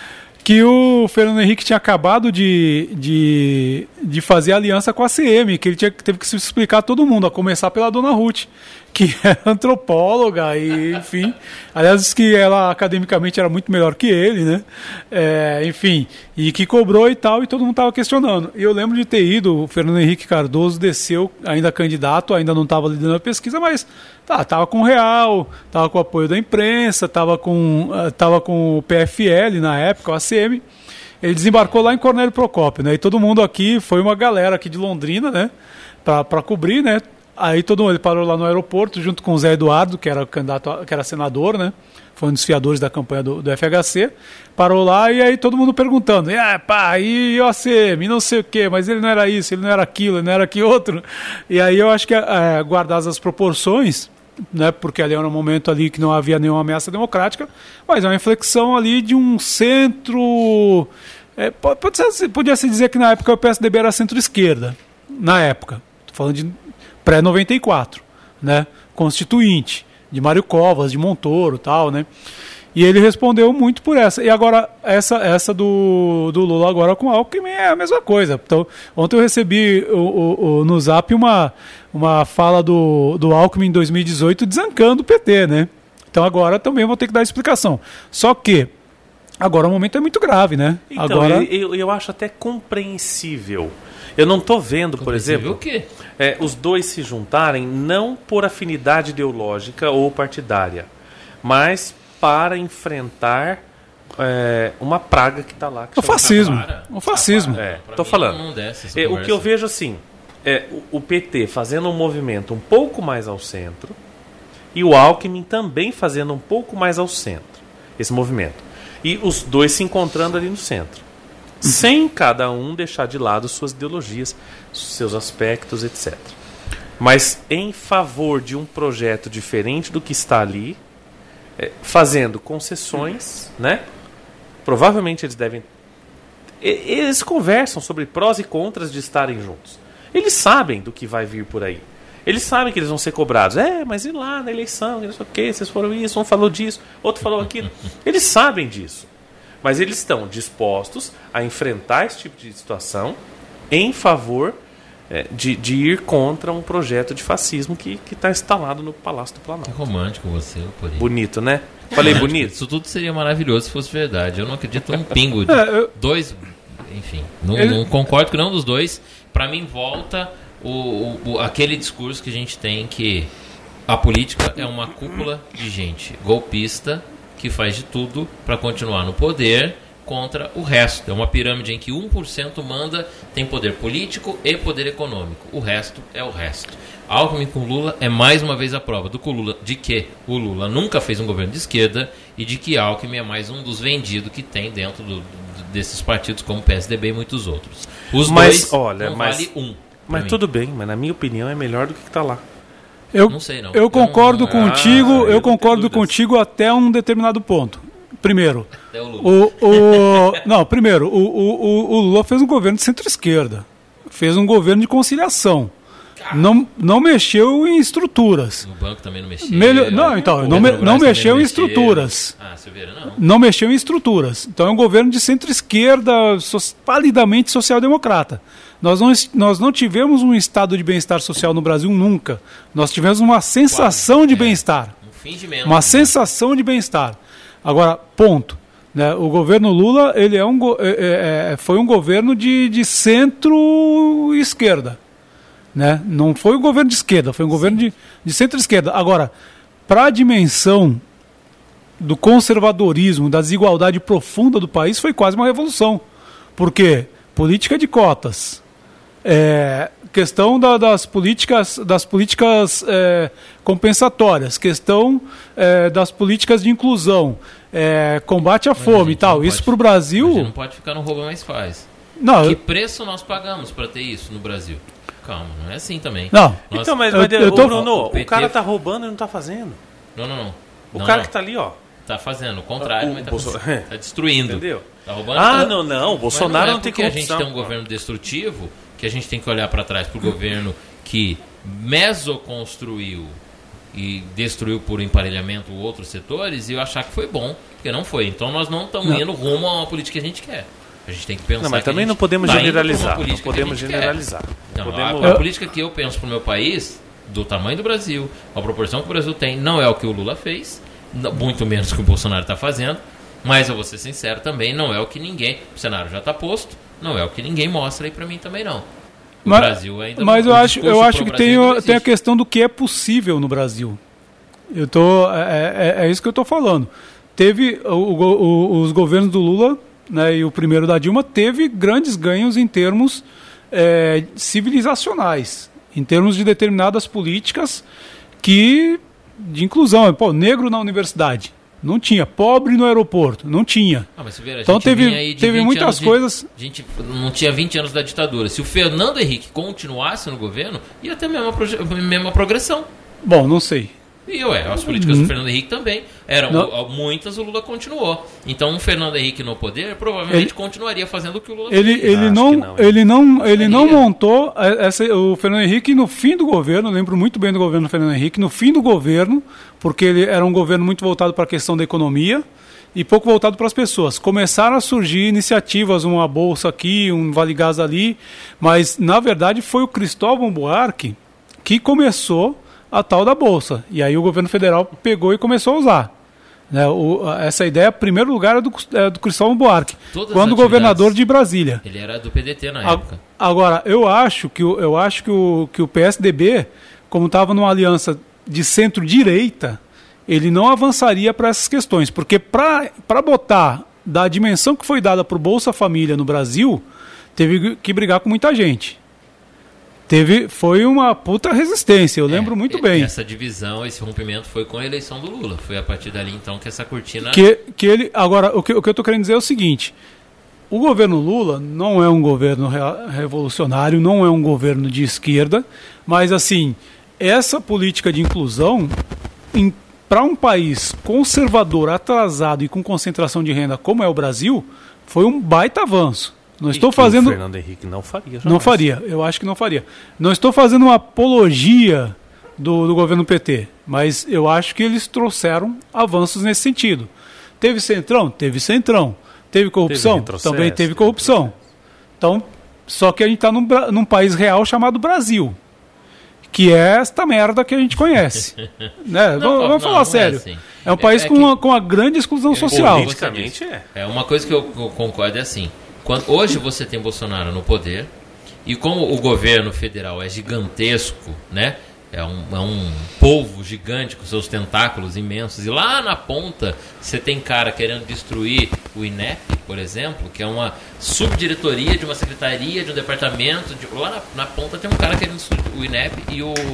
que o Fernando Henrique tinha acabado de, de, de fazer aliança com a C M, que ele tinha, teve que se explicar a todo mundo, a começar pela dona Ruth, que é antropóloga e, enfim, aliás, diz que ela academicamente era muito melhor que ele, né? É, enfim, e que cobrou e tal, e todo mundo estava questionando. E eu lembro de ter ido, o Fernando Henrique Cardoso desceu, ainda candidato, ainda não estava liderando a pesquisa, mas tá, tava com o Real, tava com o apoio da imprensa, tava com, uh, tava com o P F L na época, o A C M. Ele desembarcou lá em Cornélio Procópio, né? E todo mundo aqui, foi uma galera aqui de Londrina, né? Pra, pra cobrir, né? Aí todo mundo, ele parou lá no aeroporto junto com o Zé Eduardo, que era candidato, a- que era senador, né? Foi um dos fiadores da campanha do, do F H C. Parou lá e aí todo mundo perguntando: ah, pá, e o A C M, não sei o quê, mas ele não era isso, ele não era aquilo, ele não era aquilo outro. E aí eu acho que, é, guardadas as proporções, né, porque ali era um momento ali que não havia nenhuma ameaça democrática, mas é uma inflexão ali de um centro... É, pode, pode ser, podia se dizer que na época o P S D B era centro-esquerda, na época. Estou falando de pré-noventa e quatro, né? Constituinte, de Mário Covas, de Montoro e tal, né? E ele respondeu muito por essa. E agora, essa, essa do, do Lula agora com o Alckmin é a mesma coisa. Então, ontem eu recebi o, o, o, no Zap uma, uma fala do, do Alckmin em dois mil e dezoito desancando o P T, né? Então agora também vou ter que dar explicação. Só que agora o momento é muito grave, né? Então, agora... eu, eu acho até compreensível. Eu não tô vendo, por exemplo, o quê? é, os dois se juntarem não por afinidade ideológica ou partidária, mas para enfrentar é, uma praga que está lá. Que o fascismo. Para. O fascismo. É, Pra tô mim, falando. não desce essa É, o conversa. que eu vejo assim, é o, o P T fazendo um movimento um pouco mais ao centro e o Alckmin também fazendo um pouco mais ao centro, esse movimento. E os dois se encontrando ali no centro. Sem cada um deixar de lado suas ideologias, seus aspectos, etcétera. Mas em favor de um projeto diferente do que está ali, é, fazendo concessões, né? Provavelmente eles devem... e- Eles conversam sobre prós e contras de estarem juntos. Eles sabem do que vai vir por aí. Eles sabem que eles vão ser cobrados. É, mas e lá na eleição? Não sei o quê, vocês foram isso, um falou disso, outro falou aquilo. Eles sabem disso. Mas eles estão dispostos a enfrentar esse tipo de situação em favor é, de, de ir contra um projeto de fascismo que está instalado no Palácio do Que Planalto. romântico você, Porinho. Bonito, né? Falei Romântico. bonito? Isso tudo seria maravilhoso se fosse verdade. Eu não acredito num pingo de É, eu- dois. Enfim, não, Ele- não concordo com nenhum dos dois. Pra mim, volta o, o- o- aquele discurso que a gente tem que a política é uma cúpula de gente golpista que faz de tudo pra continuar no poder contra o resto. É uma pirâmide em que um por cento manda, tem poder político e poder econômico. O resto é o resto. Alckmin com Lula é mais uma vez a prova do que o Lula, de que o Lula nunca fez um governo de esquerda e de que Alckmin é mais um dos vendidos que tem dentro do- do- desses partidos como o P S D B e muitos outros. Os Mas, dois olha, não mas- vale um. pra Mas mim. tudo bem, mas na minha opinião é melhor do que está lá. Eu, Não sei, não. eu Eu concordo não- contigo, Ah, eu eu não concordo tenho dúvidas. contigo até um determinado ponto. Primeiro, Até o Lula. o, o não, primeiro, o, o, o- o Lula fez um governo de centro-esquerda, fez um governo de conciliação, não, não mexeu em estruturas, No banco também não mexeu. Melhor- não, então, O não me- Petrobras não também mexeu em estruturas. Ah, Silveira, não. não mexeu em estruturas. Então é um governo de centro-esquerda, so, palidamente social-democrata. Nós não, es- nós não tivemos um estado de bem-estar social no Brasil nunca. Nós tivemos uma sensação de É. bem-estar. Um fingimento. Uma sensação de bem-estar. Agora, ponto. Né? O governo Lula ele é um, go- é- é- foi um governo de, de centro-esquerda. Né? Não foi um governo de esquerda, foi um governo de, de centro-esquerda. Agora, para a dimensão do conservadorismo, da desigualdade profunda do país, foi quase uma revolução. Porque política de cotas, é, questão da- das políticas, das políticas é, compensatórias, questão é, das políticas de inclusão, é, combate à Mas a fome e gente tal. não Isso pode- para o A gente Brasil. não pode ficar no rouba mais faz. Não, Que eu- preço nós pagamos para ter isso no Brasil? Calma, não é assim também. não. Nós- Então, mas, eu- mas eu ô, tô- Bruno, o o, P T cara tá roubando e não tá fazendo. Não, não, não. O Não, cara não. que tá ali, ó. Tá fazendo o contrário, O mas tá, Bolso- fazendo- tá destruindo. Entendeu? Tá roubando. Ah, tá- não, não. O Mas Bolsonaro não, não, é tem porque corrupção. a gente tem um governo destrutivo que a gente tem que olhar para trás pro governo que mesoconstruiu e destruiu por emparelhamento outros setores e eu achar que foi bom, porque não foi. Então nós não estamos Não. indo rumo a uma política que a gente quer. A gente tem que pensar Não, mas que a também gente não podemos tá indo pra uma generalizar. Não política que a podemos gente quer. generalizar. Não, Podemos- a, a política que eu penso pro meu país, do tamanho do Brasil, a proporção que o Brasil tem, não é o que o Lula fez, n- muito menos que o Bolsonaro está fazendo, mas eu vou ser sincero também, não é o que ninguém, o cenário já está posto, não é o que ninguém mostra aí para mim também não. O Mas, Brasil ainda mas não, eu o acho, eu discurso acho pro que Brasil tem, ainda o- não tem a existe. questão do que é possível no Brasil. Eu tô, é, é, é isso que eu estou falando. Teve o- o- o- os governos do Lula, né, e o primeiro da Dilma, teve grandes ganhos em termos é, civilizacionais, em termos de determinadas políticas que de inclusão. Pô, negro na universidade, não tinha. Pobre no aeroporto, não tinha. Ah, mas, Silveira, a Então gente teve- vinha aí de teve vinte muitas anos de- coisas- A gente não tinha vinte anos da ditadura. Se o Fernando Henrique continuasse no governo, ia ter a mesma, proje- a mesma progressão. Bom, não sei. E ué, as políticas do Fernando Henrique também eram Não. o- muitas, o Lula continuou. Então, um Fernando Henrique no poder provavelmente Ele- continuaria fazendo o que o Lula Ele, fez. ele, Acho não, que não, hein? ele não, ele não Seria. montou a- essa, o Fernando Henrique no fim do governo. Eu lembro muito bem do governo do Fernando Henrique no fim do governo, porque ele era um governo muito voltado para a questão da economia e pouco voltado para as pessoas. Começaram a surgir iniciativas, uma bolsa aqui, um Vale Gás ali, mas na verdade foi o Cristóvão Buarque que começou a tal da bolsa. E aí o governo federal pegou e começou a usar. Né, o- a- essa ideia, em primeiro lugar, é do, é do Cristóvão Buarque, Todas as quando atividades- governador de Brasília. Ele era do P D T na A- época. Agora, eu acho que o, eu acho que o, que o P S D B, como estava numa aliança de centro-direita, ele não avançaria para essas questões. Porque para botar da dimensão que foi dada para o Bolsa Família no Brasil, teve que brigar com muita gente. Teve, foi uma puta resistência, eu é, lembro muito é, bem. Essa divisão, esse rompimento foi com a eleição do Lula. Foi a partir dali, então, que essa cortina... Que, que ele, agora, o que, o que eu estou querendo dizer é o seguinte, o governo Lula não é um governo revolucionário, não é um governo de esquerda, mas, assim, essa política de inclusão, para um país conservador, atrasado e com concentração de renda como é o Brasil, foi um baita avanço. Não estou e fazendo. O Fernando Henrique não faria. Jamais. Não faria, eu acho que não faria. Não estou fazendo uma apologia do, do governo P T, mas eu acho que eles trouxeram avanços nesse sentido. Teve centrão? Teve centrão. Teve corrupção? Teve Também teve corrupção. Teve então, só que a gente está num, num país real chamado Brasil, que é esta merda que a gente conhece. né? Não, vamos não, falar não sério. É, assim. é um país é, é com, que... uma, com uma grande exclusão social. Politicamente é. É uma coisa que eu, eu concordo é assim. Quando, hoje você tem Bolsonaro no poder e como o governo federal é gigantesco, né? É um, é um polvo gigante com seus tentáculos imensos. E lá na ponta você tem cara querendo destruir o INEP, por exemplo, que é uma subdiretoria de uma secretaria, de um departamento. De, lá na, na ponta tem um cara querendo destruir o INEP e o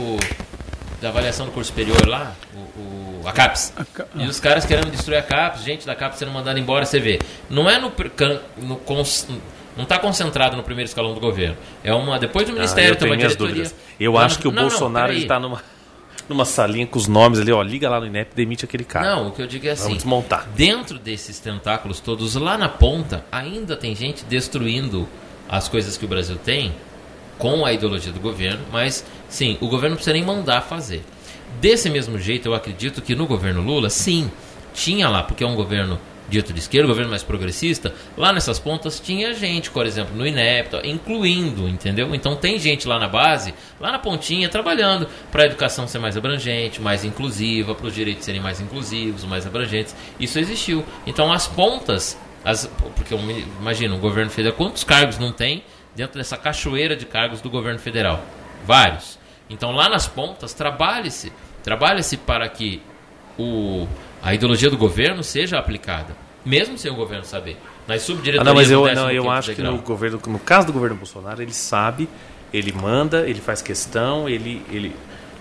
da avaliação do curso superior lá, o, o, a CAPES. E os caras querendo destruir a CAPES, gente da CAPES sendo mandada embora, você vê. Não é no... no não está concentrado no primeiro escalão do governo. É uma depois do ministério, ah, tem uma diretoria. Eu não, acho que o não, Bolsonaro está numa, numa salinha com os nomes ali, ó, liga lá no INEP e demite aquele cara. Não, o que eu digo é assim, vamos desmontar. Dentro desses tentáculos todos, lá na ponta, ainda tem gente destruindo as coisas que o Brasil tem com a ideologia do governo, mas sim, o governo não precisa nem mandar fazer. Desse mesmo jeito, eu acredito que no governo Lula, sim, tinha lá, porque é um governo dito de esquerda, governo mais progressista, lá nessas pontas tinha gente, por exemplo, no INEP, incluindo, entendeu? Então tem gente lá na base, lá na pontinha, trabalhando para a educação ser mais abrangente, mais inclusiva, para os direitos serem mais inclusivos, mais abrangentes. Isso existiu. Então as pontas, as, porque imagina, o governo federal, quantos cargos não tem dentro dessa cachoeira de cargos do governo federal? Vários. Então lá nas pontas, trabalhe-se, trabalhe-se para que o... a ideologia do governo seja aplicada, mesmo sem o governo saber. Nas subdiretorias... Ah, não, mas eu, não, eu acho que no, governo, no caso do governo Bolsonaro, ele sabe, ele manda, ele faz questão, ele, ele...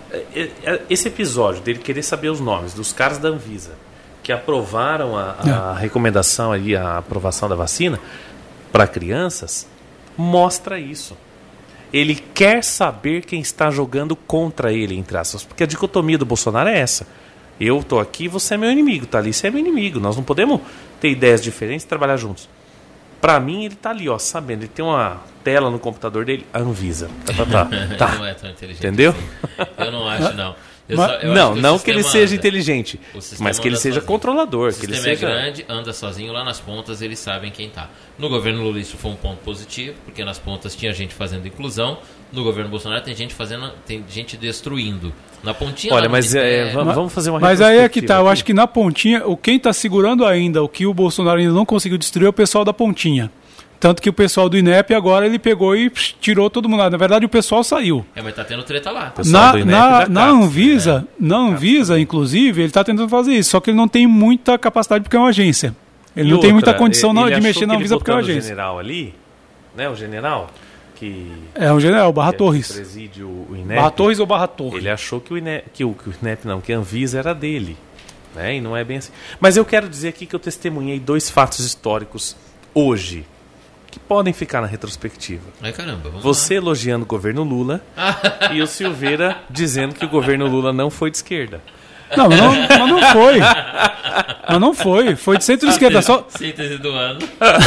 Esse episódio dele querer saber os nomes dos caras da Anvisa, que aprovaram a, a é. recomendação, ali, a aprovação da vacina para crianças, mostra isso. Ele quer saber quem está jogando contra ele, entre aspas, porque a dicotomia do Bolsonaro é essa. Eu tô aqui, você é meu inimigo, tá ali, você é meu inimigo. Nós não podemos ter ideias diferentes e trabalhar juntos. Pra mim, ele tá ali, ó, sabendo. Ele tem uma tela no computador dele, a Anvisa. Tá, tá, tá. tá. Não é tão inteligente. Entendeu? Assim. Eu não acho, não. Eu mas, só, eu não, acho que não que ele seja anda. inteligente, mas que ele seja sozinho. controlador. O que ele sistema seja... é grande, anda sozinho, lá nas pontas eles sabem quem tá. No governo Lula isso foi um ponto positivo, porque nas pontas tinha gente fazendo inclusão. No governo Bolsonaro tem gente fazendo, tem gente destruindo. Na pontinha... Olha, mas é, vamos fazer uma Mas aí é que tá, eu acho que na pontinha, o quem está segurando ainda, o que o Bolsonaro ainda não conseguiu destruir é o pessoal da pontinha. Tanto que o pessoal do INEP agora ele pegou e psh, tirou todo mundo lá. Na verdade o pessoal saiu. É, mas tá tendo treta lá. Na, na, na Anvisa, é. na Anvisa, inclusive, ele está tentando fazer isso. Só que ele não tem muita capacidade porque é uma agência. Ele e não outra, tem muita condição ele, não, ele de mexer na Anvisa porque é uma agência. O general ali, né, o general... Que é um general, Barra Torres. Preside o, o INEP, Barra Torres ou Barra Torres? Ele achou que o INEP, que o, que o INEP não, que a Anvisa era dele, né? E não é bem assim. Mas eu quero dizer aqui que eu testemunhei dois fatos históricos hoje que podem ficar na retrospectiva. Ai, caramba, vamos Você lá. elogiando o governo Lula e o Silveira dizendo que o governo Lula não foi de esquerda. Não, mas não, mas não foi. Mas não foi. Foi de centro-esquerda. Só... Síntese do ano.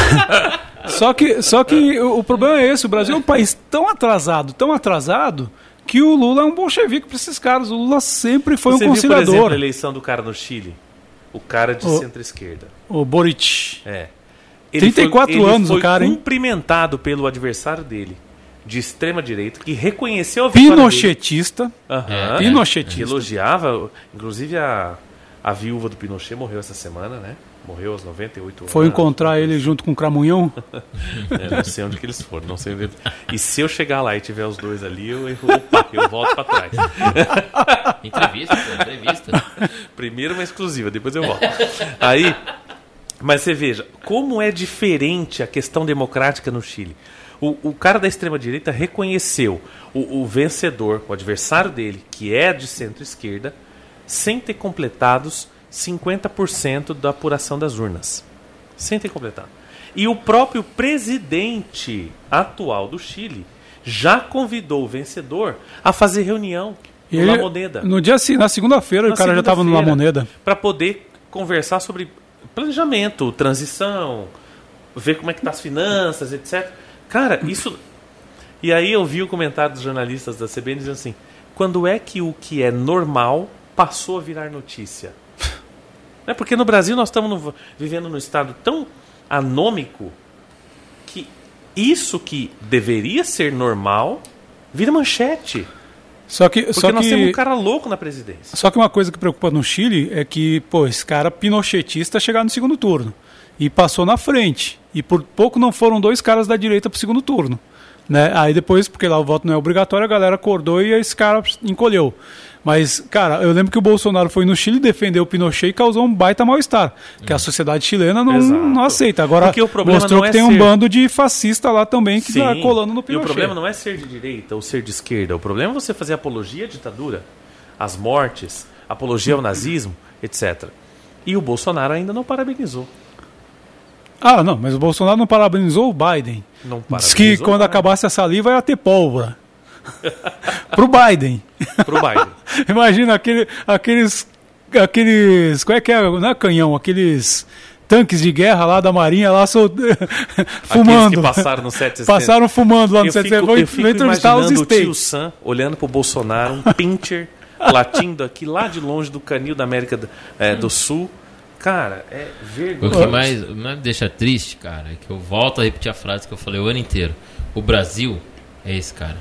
Só que, só que o, o problema é esse. O Brasil é um país tão atrasado, tão atrasado, que o Lula é um bolchevique para esses caras. O Lula sempre foi Você um conciliador. Você viu, por exemplo, a eleição do cara no Chile? O cara de o, centro-esquerda. O Boric. É. Ele trinta e quatro foi, anos ele o cara, hein? Foi cumprimentado pelo adversário dele, de extrema-direita, que reconheceu a vitória Pinochetista. dele. Uhum. Pinochetista. Que elogiava, inclusive a, a viúva do Pinochet morreu essa semana, né? Morreu aos noventa e oito anos. Foi encontrar ele junto com o Cramunhão? É, não sei onde que eles foram. Não sei onde... E se eu chegar lá e tiver os dois ali, eu, opa, eu volto pra trás. Entrevista, pô, entrevista. Primeiro uma exclusiva, depois eu volto. Aí, Mas você veja, como é diferente a questão democrática no Chile. O, o cara da extrema-direita reconheceu o, o vencedor, o adversário dele, que é de centro-esquerda, sem ter completados cinquenta por cento da apuração das urnas. Sem ter completado. E o próprio presidente atual do Chile já convidou o vencedor a fazer reunião no Ele, La Moneda. No dia, na segunda-feira, o cara já estava no La Moneda. Para poder conversar sobre planejamento, transição, ver como é que tá as finanças, etcétera. Cara, isso... E aí eu vi o comentário dos jornalistas da C B N dizendo assim, quando é que o que é normal passou a virar notícia? É porque no Brasil nós estamos no, vivendo num estado tão anômico que isso que deveria ser normal vira manchete. Só que, porque só nós que, temos um cara louco na presidência. Só que uma coisa que preocupa no Chile é que, pô, esse cara pinochetista chegar no segundo turno. E passou na frente. E por pouco não foram dois caras da direita pro segundo turno. Né? Aí depois, porque lá o voto não é obrigatório, a galera acordou e esse cara encolheu. Mas, cara, eu lembro que o Bolsonaro foi no Chile defender o Pinochet e causou um baita mal-estar. Hum. Que a sociedade chilena não, não aceita. Agora mostrou que é tem ser... um bando de fascista lá também que está colando no Pinochet. E o problema não é ser de direita ou ser de esquerda. O problema é você fazer apologia à ditadura, às mortes, apologia ao nazismo, etcétera. E o Bolsonaro ainda não parabenizou. Ah, não, mas o Bolsonaro não parabenizou o Biden. Não parabenizou. Diz que quando acabasse a saliva ia ter pólvora. Pro Biden. Pro Biden. Imagina aquele, aqueles. Aqueles. Qual é que é? Não é canhão, aqueles tanques de guerra lá da Marinha lá sol... fumando. Que passaram no sete de Passaram fumando lá no sete de setembro. Eu fico imaginando o tio Sam olhando pro Bolsonaro, um pincher, latindo aqui lá de longe do canil da América do, é, do Sul. Cara, é vergonha. O que mais, mais me deixa triste, cara, é que eu volto a repetir a frase que eu falei o ano inteiro. O Brasil é esse cara.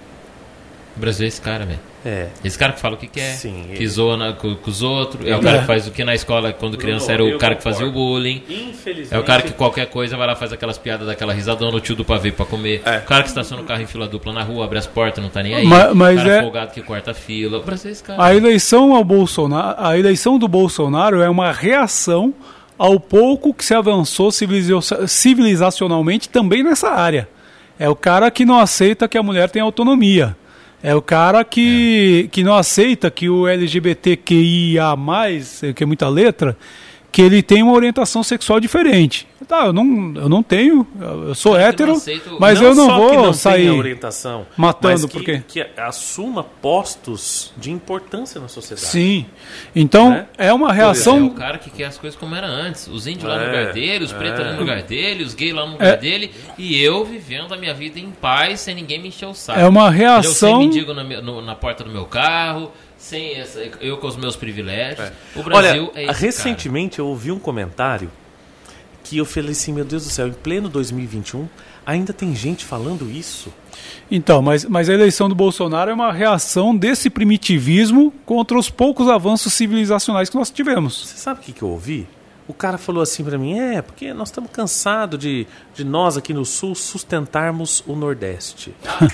O Brasil é esse cara, velho. É. Esse cara que fala o que quer, Sim, que ele... zoa na, com, com os outros. É o cara é. que faz o que na escola, quando criança, era o cara que fazia o bullying. É o cara que qualquer coisa vai lá, faz aquelas piadas daquela risadona no tio do pavê pra comer. É. O cara que estaciona o carro em fila dupla na rua, abre as portas, não tá nem aí. Mas, mas o cara é... folgado que corta a fila. O Brasil é esse cara. A eleição ao Bolsonaro, a eleição do Bolsonaro é uma reação ao pouco que se avançou civilizacionalmente também nessa área. É o cara que não aceita que a mulher tenha autonomia. É o cara que, é. que não aceita que o L G B T Q I A mais, que é muita letra, que ele tem uma orientação sexual diferente. Tá, eu não, eu não tenho, eu sou eu hétero, aceito, mas não eu não vou que não sair orientação, matando, mas que, porque que assuma postos de importância na sociedade. Sim, então né? é uma reação... É o cara que quer as coisas como era antes, os índios é, lá no lugar dele, os é. pretos lá no lugar dele, os gays lá no lugar é. dele, e eu vivendo a minha vida em paz, sem ninguém me encher o saco. É uma reação... Eu sem mendigo na, no, na porta do meu carro... Sem essa, eu com os meus privilégios. É. O Olha, Brasil é esse recentemente cara. Eu ouvi um comentário que eu falei assim, meu Deus do céu, em pleno dois mil e vinte e um, ainda tem gente falando isso. Então, mas, mas a eleição do Bolsonaro é uma reação desse primitivismo contra os poucos avanços civilizacionais que nós tivemos. Você sabe o que, que eu ouvi? O cara falou assim pra mim, é, porque nós estamos cansados de, de nós aqui no Sul sustentarmos o Nordeste.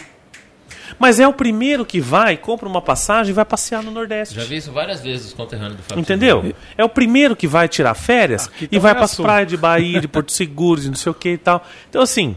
Mas é o primeiro que vai, compra uma passagem e vai passear no Nordeste. Já vi isso várias vezes os conterrâneos do Fábio. Entendeu? Silva. É o primeiro que vai tirar férias e vai para as praias de Bahia, de Porto Seguro, de não sei o que e tal. Então, assim,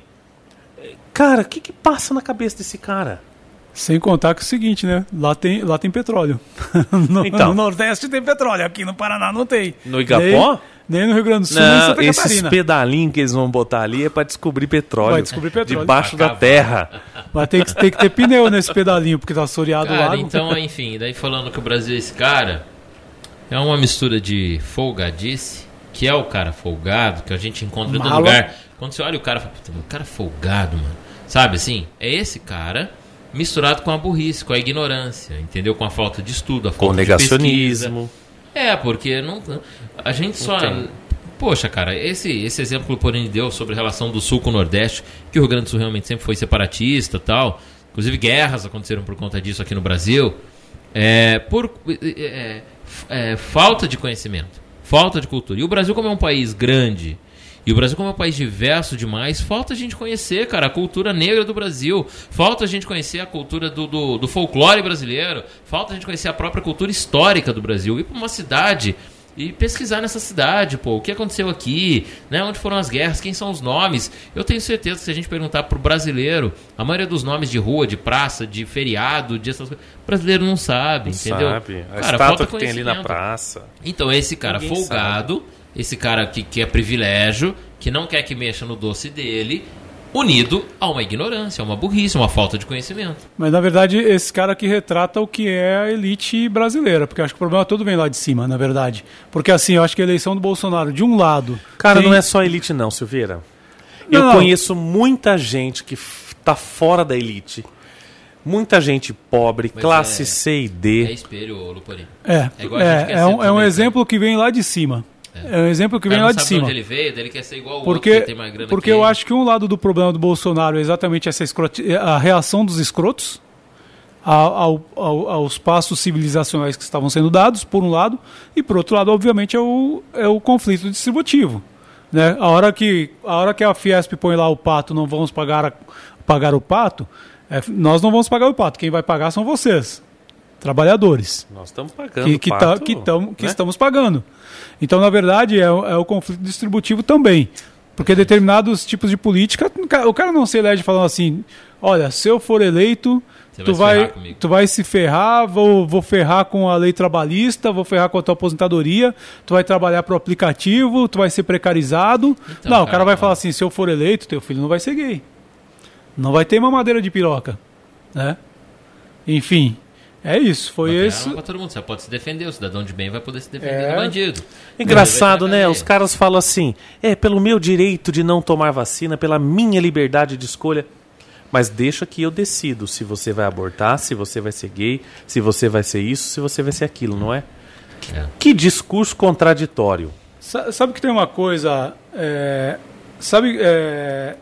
cara, o que, que passa na cabeça desse cara? Sem contar que é o seguinte, né? Lá tem, lá tem petróleo. no, então, no Nordeste tem petróleo, aqui no Paraná não tem. No Igapó? Nem, nem no Rio Grande do Sul, não, nem em Santa Catarina. Esses pedalinhos que eles vão botar ali é para descobrir petróleo. Vai descobrir petróleo. Debaixo da terra. Mas tem que, tem que ter pneu nesse pedalinho, porque tá assoreado o lago. Então, enfim, daí falando que o Brasil é esse cara, é uma mistura de folgadice, que é o cara folgado, que a gente encontra no lugar. Quando você olha o cara, fala, o cara folgado, mano. Sabe assim? É esse cara... misturado com a burrice, com a ignorância, entendeu? Com a falta de estudo, a falta com o negacionismo. De pesquisa. É, porque não, a gente só... Então. Poxa, cara, esse, esse exemplo que o Porém deu sobre a relação do Sul com o Nordeste, que o Rio Grande do Sul realmente sempre foi separatista e tal, inclusive guerras aconteceram por conta disso aqui no Brasil, é, por é, é, falta de conhecimento, falta de cultura. E o Brasil, como é um país grande... E o Brasil, como é um país diverso demais, falta a gente conhecer, cara, a cultura negra do Brasil. Falta a gente conhecer a cultura do, do, do folclore brasileiro. Falta a gente conhecer a própria cultura histórica do Brasil. Ir para uma cidade e pesquisar nessa cidade, pô, o que aconteceu aqui, né? Onde foram as guerras, quem são os nomes. Eu tenho certeza que se a gente perguntar pro brasileiro, a maioria dos nomes de rua, de praça, de feriado, de essas coisas, o brasileiro não sabe, Não entendeu? sabe. A Cara, estátua falta que tem ali na conhecimento. praça. Então esse cara Ninguém folgado, sabe. esse cara que quer privilégio, que não quer que mexa no doce dele, unido a uma ignorância, a uma burrice, uma falta de conhecimento. Mas, na verdade, esse cara que retrata o que é a elite brasileira, porque eu acho que o problema todo vem lá de cima, na verdade. Porque, assim, eu acho que a eleição do Bolsonaro, de um lado... Cara, tem... não é só elite não, Silveira. Não, Eu não. conheço muita gente que f- tá fora da elite. Muita gente pobre, Mas classe é- C e É D. espelho, Luporinho. É, É igual a gente é, quer é, ser um, é um também, exemplo que vem lá de cima. É, um exemplo que O vem cara lá não de sabe de cima. onde ele veio, daí ele quer ser igual o Porque, outro que tem mais grana porque que eu ele. acho que um lado do problema do Bolsonaro é exatamente essa escroti- a reação dos escrotos a- ao- ao- aos passos civilizacionais que estavam sendo dados, por um lado, e por outro lado, obviamente, é o, é o conflito distributivo. Né? A, hora que, a hora que a Fiesp põe lá o pato, não vamos pagar, a- pagar o pato, é, nós não vamos pagar o pato, quem vai pagar são vocês, trabalhadores. Nós estamos pagando Que, que, tá- pato, que, tam- que né? estamos pagando. Então, na verdade, é, o- é o conflito distributivo também. Porque determinados tipos de política, o cara- o cara não se elege falando assim, olha, se eu for eleito, Você tu vai se vai, ferrar comigo. tu vai se ferrar, vou, vou ferrar com a lei trabalhista, vou ferrar com a tua aposentadoria, tu vai trabalhar pro aplicativo, tu vai ser precarizado. Então, não, o cara, cara vai não. falar assim, se eu for eleito, teu filho não vai ser gay. Não vai ter mamadeira de piroca. Né? Enfim, é isso. Foi Vai esse... ferrar pra todo mundo. Você pode se defender, o cidadão de bem vai poder se defender É. do bandido. Engraçado, Ele vai né? pra Os cadeia. caras falam assim, é pelo meu direito de não tomar vacina, pela minha liberdade de escolha. Mas deixa que eu decido se você vai abortar, se você vai ser gay, se você vai ser isso, se você vai ser aquilo, não é? É. Que discurso contraditório. Sa- Sabe que tem uma coisa. é, sabe. É,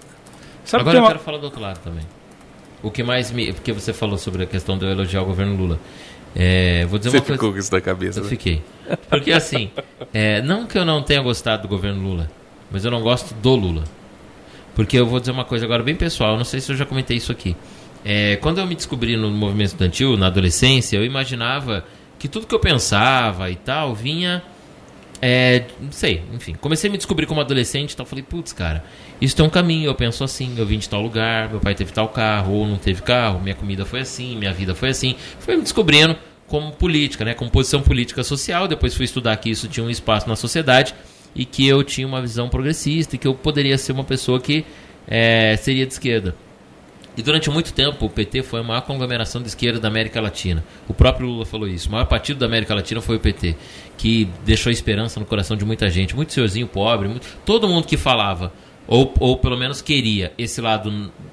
sabe Agora que eu tem uma. quero falar do outro lado também. O que mais me... Porque você falou sobre a questão de eu elogiar o governo Lula. É, vou dizer uma coisa... com isso na cabeça, Eu fiquei. Porque assim, é, não que eu não tenha gostado do governo Lula, mas eu não gosto do Lula. Porque eu vou dizer uma coisa agora bem pessoal, eu não sei se eu já comentei isso aqui. É, quando eu me descobri no movimento estudantil, na adolescência, eu imaginava que tudo que eu pensava e tal vinha... É, não sei, enfim. Comecei a me descobrir como adolescente e tal. Falei, putz, cara, isso tem um caminho. Eu penso assim, eu vim de tal lugar, meu pai teve tal carro, ou não teve carro, minha comida foi assim, minha vida foi assim. Fui me descobrindo como política, né? Como posição política social. Depois fui estudar que isso tinha um espaço na sociedade e que eu tinha uma visão progressista e que eu poderia ser uma pessoa que é, seria de esquerda. E durante muito tempo o P T foi a maior conglomeração de esquerda da América Latina. O próprio Lula falou isso. O maior partido da América Latina foi o P T, que deixou esperança no coração de muita gente. Muito senhorzinho pobre, muito... todo mundo que falava, ou, ou pelo menos queria, esse lado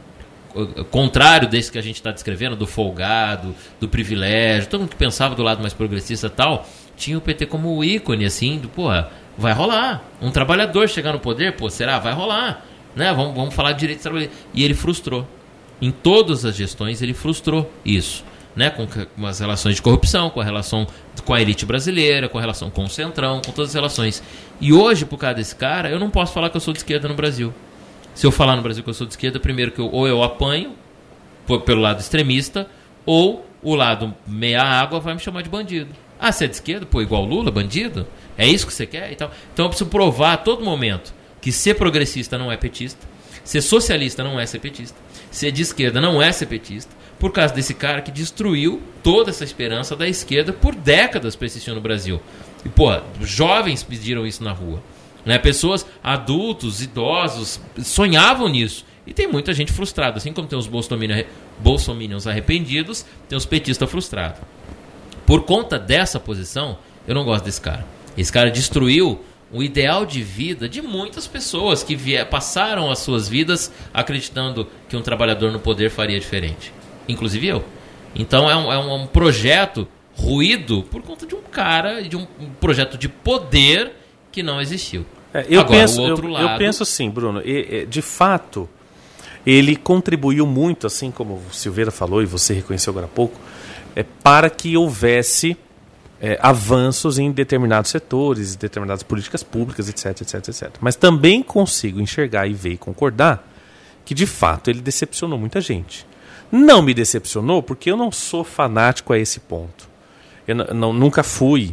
uh, contrário desse que a gente está descrevendo, do folgado, do privilégio, todo mundo que pensava do lado mais progressista e tal, tinha o P T como ícone, assim, do, porra, vai rolar. Um trabalhador chegar no poder, pô, será? Vai rolar. Né? Vamos, vamos falar de direitos trabalhadores. E ele frustrou. Em todas as gestões ele frustrou isso, né? com, com as relações de corrupção, com a relação com a elite brasileira, com a relação com o Centrão, com todas as relações. E hoje, por causa desse cara, eu não posso falar que eu sou de esquerda no Brasil. Se eu falar no Brasil que eu sou de esquerda, primeiro que eu, ou eu apanho por, pelo lado extremista, ou o lado meia água vai me chamar de bandido. Ah, você é de esquerda? Pô, igual Lula, bandido? É isso que você quer? Então, então eu preciso provar a todo momento que ser progressista não é petista, ser socialista não é ser petista, ser de esquerda não é ser petista, por causa desse cara que destruiu toda essa esperança da esquerda por décadas persistiu no Brasil. E, pô, jovens pediram isso na rua. Né? Pessoas, adultos, idosos, sonhavam nisso. E tem muita gente frustrada. Assim como tem os bolsominions, bolsominions arrependidos, tem os petistas frustrados. Por conta dessa posição, eu não gosto desse cara. Esse cara destruiu o ideal de vida de muitas pessoas que vier, passaram as suas vidas acreditando que um trabalhador no poder faria diferente. Inclusive eu. Então é um, é um projeto ruído por conta de um cara, de um, um projeto de poder que não existiu. É, eu, Agora, penso, o outro eu, lado... eu penso assim, Bruno, e, e, de fato, ele contribuiu muito, assim como o Silveira falou e você reconheceu agora há pouco, é, para que houvesse é, avanços em determinados setores, determinadas políticas públicas, etc, etc, etcétera. Mas também consigo enxergar e ver e concordar que, de fato, ele decepcionou muita gente. Não me decepcionou porque eu não sou fanático a esse ponto. Eu n- não, nunca fui,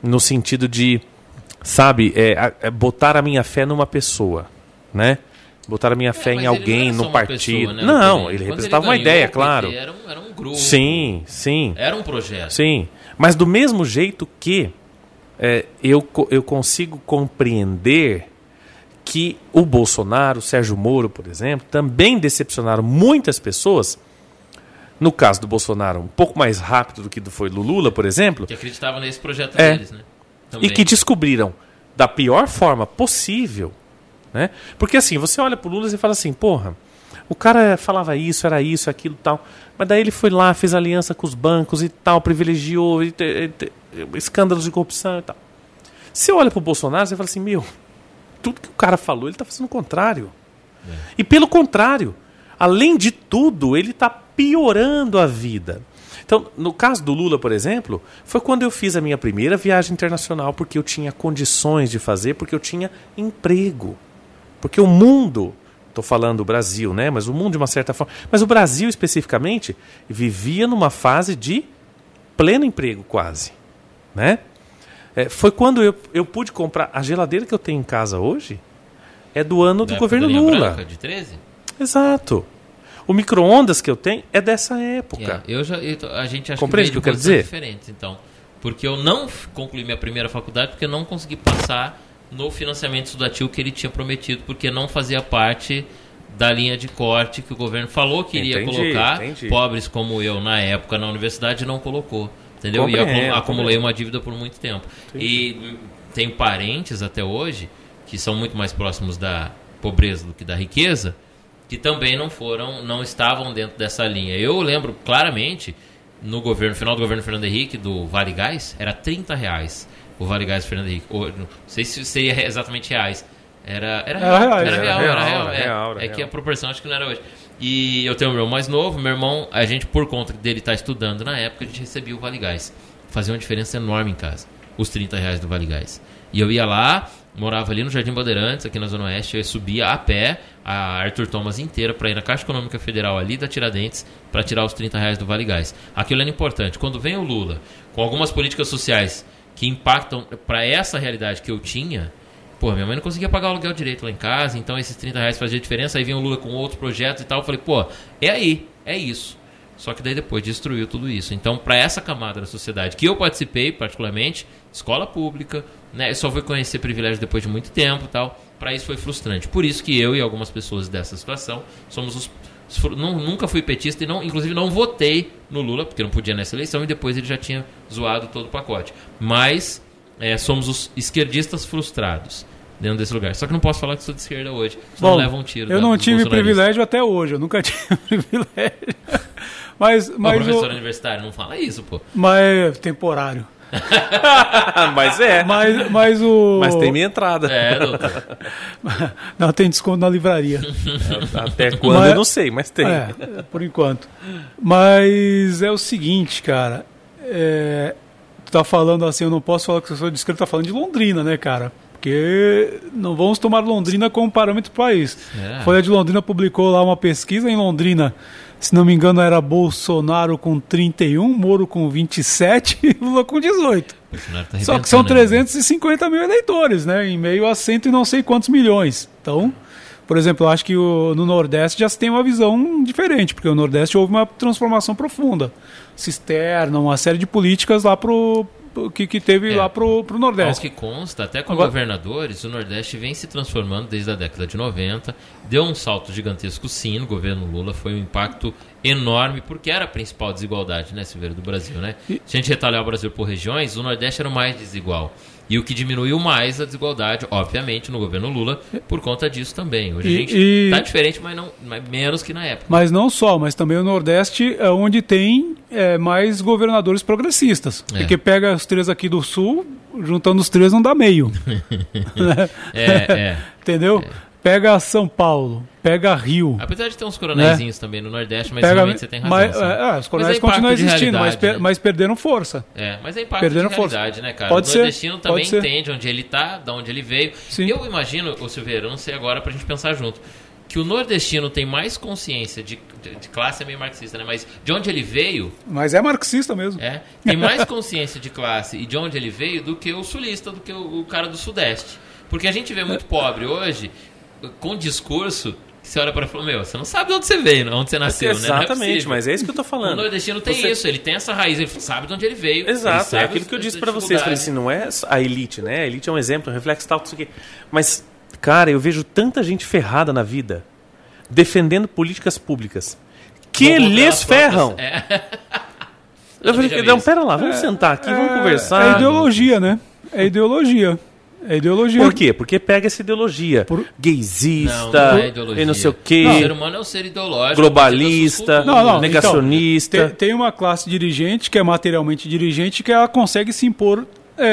no sentido de, sabe, é, é botar a minha fé numa pessoa, né? Botar a minha fé É, em mas ele alguém, não era num só uma partido. pessoa, né, no Não, poder. ele Quando representava ele uma ganhou, ideia, o P T claro. Era um, era um grupo. Sim, sim. Era um projeto. Sim, mas do mesmo jeito que é, eu, co- eu consigo compreender que o Bolsonaro, o Sérgio Moro, por exemplo, também decepcionaram muitas pessoas. No caso do Bolsonaro, um pouco mais rápido do que do foi do Lula, por exemplo, Que acreditavam nesse projeto É. deles, né? Também. e que descobriram da pior forma possível, né? Porque assim, você olha pro Lula e fala assim, porra, o cara falava isso, era isso, aquilo, tal, mas daí ele foi lá, fez aliança com os bancos e tal, privilegiou, e te, e te, escândalos de corrupção e tal. Você olha pro Bolsonaro e fala assim, meu, tudo que o cara falou, ele tá fazendo o contrário. É. E pelo contrário, além de tudo, ele tá piorando a vida. Então, no caso do Lula, por exemplo, foi quando eu fiz a minha primeira viagem internacional, porque eu tinha condições de fazer, porque eu tinha emprego. Porque o mundo, estou falando do Brasil, né? Mas o mundo de uma certa forma, mas o Brasil especificamente vivia numa fase de pleno emprego quase, né? É, foi quando eu, eu pude comprar a geladeira que eu tenho em casa hoje, é do ano Da do época governo da linha Lula. branca, de treze? Exato. O micro-ondas que eu tenho é dessa época. É, eu já, eu, a gente acha Compreende que o que eu quero posições dizer? diferentes, então. Porque eu não f- concluí minha primeira faculdade porque eu não consegui passar no financiamento estudativo que ele tinha prometido, porque não fazia parte da linha de corte que o governo falou que iria Entendi, colocar. entendi. Pobres como eu, na época, na universidade, não colocou. Entendeu? E Compreendo, acu- acumulei compreendo. uma dívida por muito tempo. E hum, tenho parentes até hoje que são muito mais próximos da pobreza do que da riqueza, que também não foram, não estavam dentro dessa linha. Eu lembro claramente, no governo, final do governo Fernando Henrique, do Vale Gás, era trinta reais o Vale Gás do Fernando Henrique. Ou, não sei se seria exatamente reais. Era, era, Era real, reais. era real, Era era real, real. era é, real, era é que real. a proporção acho que não era hoje. E eu tenho o meu irmão mais novo, meu irmão, a gente, por conta dele estar estudando na época, a gente recebia o Vale Gás. Fazia uma diferença enorme em casa, os trinta reais do Vale Gás. E eu ia lá, morava ali no Jardim Bandeirantes, aqui na Zona Oeste, eu subia a pé a Arthur Thomas inteira para ir na Caixa Econômica Federal ali da Tiradentes para tirar os trinta reais do Vale Gás. Aquilo era importante. Quando vem o Lula com algumas políticas sociais que impactam para essa realidade que eu tinha, pô, minha mãe não conseguia pagar o aluguel direito lá em casa, então esses trinta reais fazia diferença. Aí vinha o Lula com outros projetos e tal, eu falei, pô, é aí, é isso. Só que daí depois destruiu tudo isso. Então, para essa camada da sociedade que eu participei, particularmente, escola pública, né, eu só fui conhecer privilégio depois de muito tempo e tal, para isso foi frustrante. Por isso que eu e algumas pessoas dessa situação somos os... os fru- não, nunca fui petista e, não, inclusive, não votei no Lula, porque não podia nessa eleição, e depois ele já tinha zoado todo o pacote. Mas é, somos os esquerdistas frustrados dentro desse lugar. Só que não posso falar que sou de esquerda hoje, senão Bom, leva um tiro. eu da- não dos tive bolsonaristas. privilégio até hoje, eu nunca tive privilégio. Mas, Ô, mas, professor o, universitário, não fala isso, pô. mas temporário. Mas é. Mas, mas o. Mas tem minha entrada. É, doutor. Não, tem desconto na livraria. Até quando Mas- eu não sei, mas tem. É, por enquanto. Mas é o seguinte, cara. É, tu tá falando assim, eu não posso falar que eu sou de esquerda, tá falando de Londrina, né, cara? Porque não vamos tomar Londrina como parâmetro do país. É. A Folha de Londrina publicou lá uma pesquisa em Londrina. Se não me engano, era Bolsonaro com trinta e um, Moro com vinte e sete e Lula com dezoito. O Bolsonaro tá Só que são arrebentando, né? trezentos e cinquenta mil eleitores, né? Em meio a cento e não sei quantos milhões. Então, por exemplo, eu acho que o- no Nordeste já se tem uma visão diferente, porque no Nordeste houve uma transformação profunda. Cisterna, uma série de políticas lá pro, pro- que, que teve É. lá pro, pro Ao Nordeste. que consta, até com Agora- governadores, o Nordeste vem se transformando desde a década de noventa. Deu um salto gigantesco, sim, no governo Lula. Foi um impacto enorme, porque era a principal desigualdade, né, Silveira, do Brasil, né? E- Se a gente retalhar o Brasil por regiões, o Nordeste era o mais desigual. E o que diminuiu mais a desigualdade, obviamente, no governo Lula, por conta disso também. Hoje E- a gente e- tá diferente, mas, não, mas menos que na época. Mas não só, mas também o Nordeste é onde tem é, mais governadores progressistas. É. Porque pega os três aqui do Sul, juntando os três não dá meio. É, é. Entendeu? Pega São Paulo, pega Rio. Apesar de ter uns coronéisinhos também no Nordeste, mas Pega, realmente você tem razão. mas, sim. é, é, os coronéis Mas é impacto continuam de existindo, mas, realidade, per- né? mas perderam força. É, mas é impacto Perderam de força. realidade, né, cara? Pode o ser, nordestino pode também ser. entende onde ele tá, de onde ele veio. Sim. Eu imagino, ô Silveira, eu não sei agora pra gente pensar junto. que o nordestino tem mais consciência de, de, de classe, é meio marxista, né? Mas de onde ele veio... Mas é marxista mesmo. É, tem mais consciência de classe e de onde ele veio do que o sulista, do que o, o cara do sudeste. Porque a gente vê muito pobre hoje, com discurso, que você olha para e fala, meu, você não sabe de onde você veio, onde você nasceu, Exatamente, né? mas é isso que eu tô falando. O nordestino tem você... isso, ele tem essa raiz, ele sabe de onde ele veio. Exato, é aquilo que eu disse para vocês, falei assim, não é a elite, né? A elite é um exemplo, um reflexo tal, isso aqui. Mas, cara, eu vejo tanta gente ferrada na vida, defendendo políticas públicas, que lhes ferram. É. Eu falei, não, pera lá, vamos é, sentar aqui, é, vamos conversar. É ideologia, né? É ideologia. É ideologia. Por quê? Porque pega essa ideologia Por... gaysista, não, não é ideologia. E não sei o quê. Não, o ser humano é um ser ideológico. Globalista, não, não, negacionista. Então, tem, tem uma classe dirigente que é materialmente dirigente que ela consegue se impor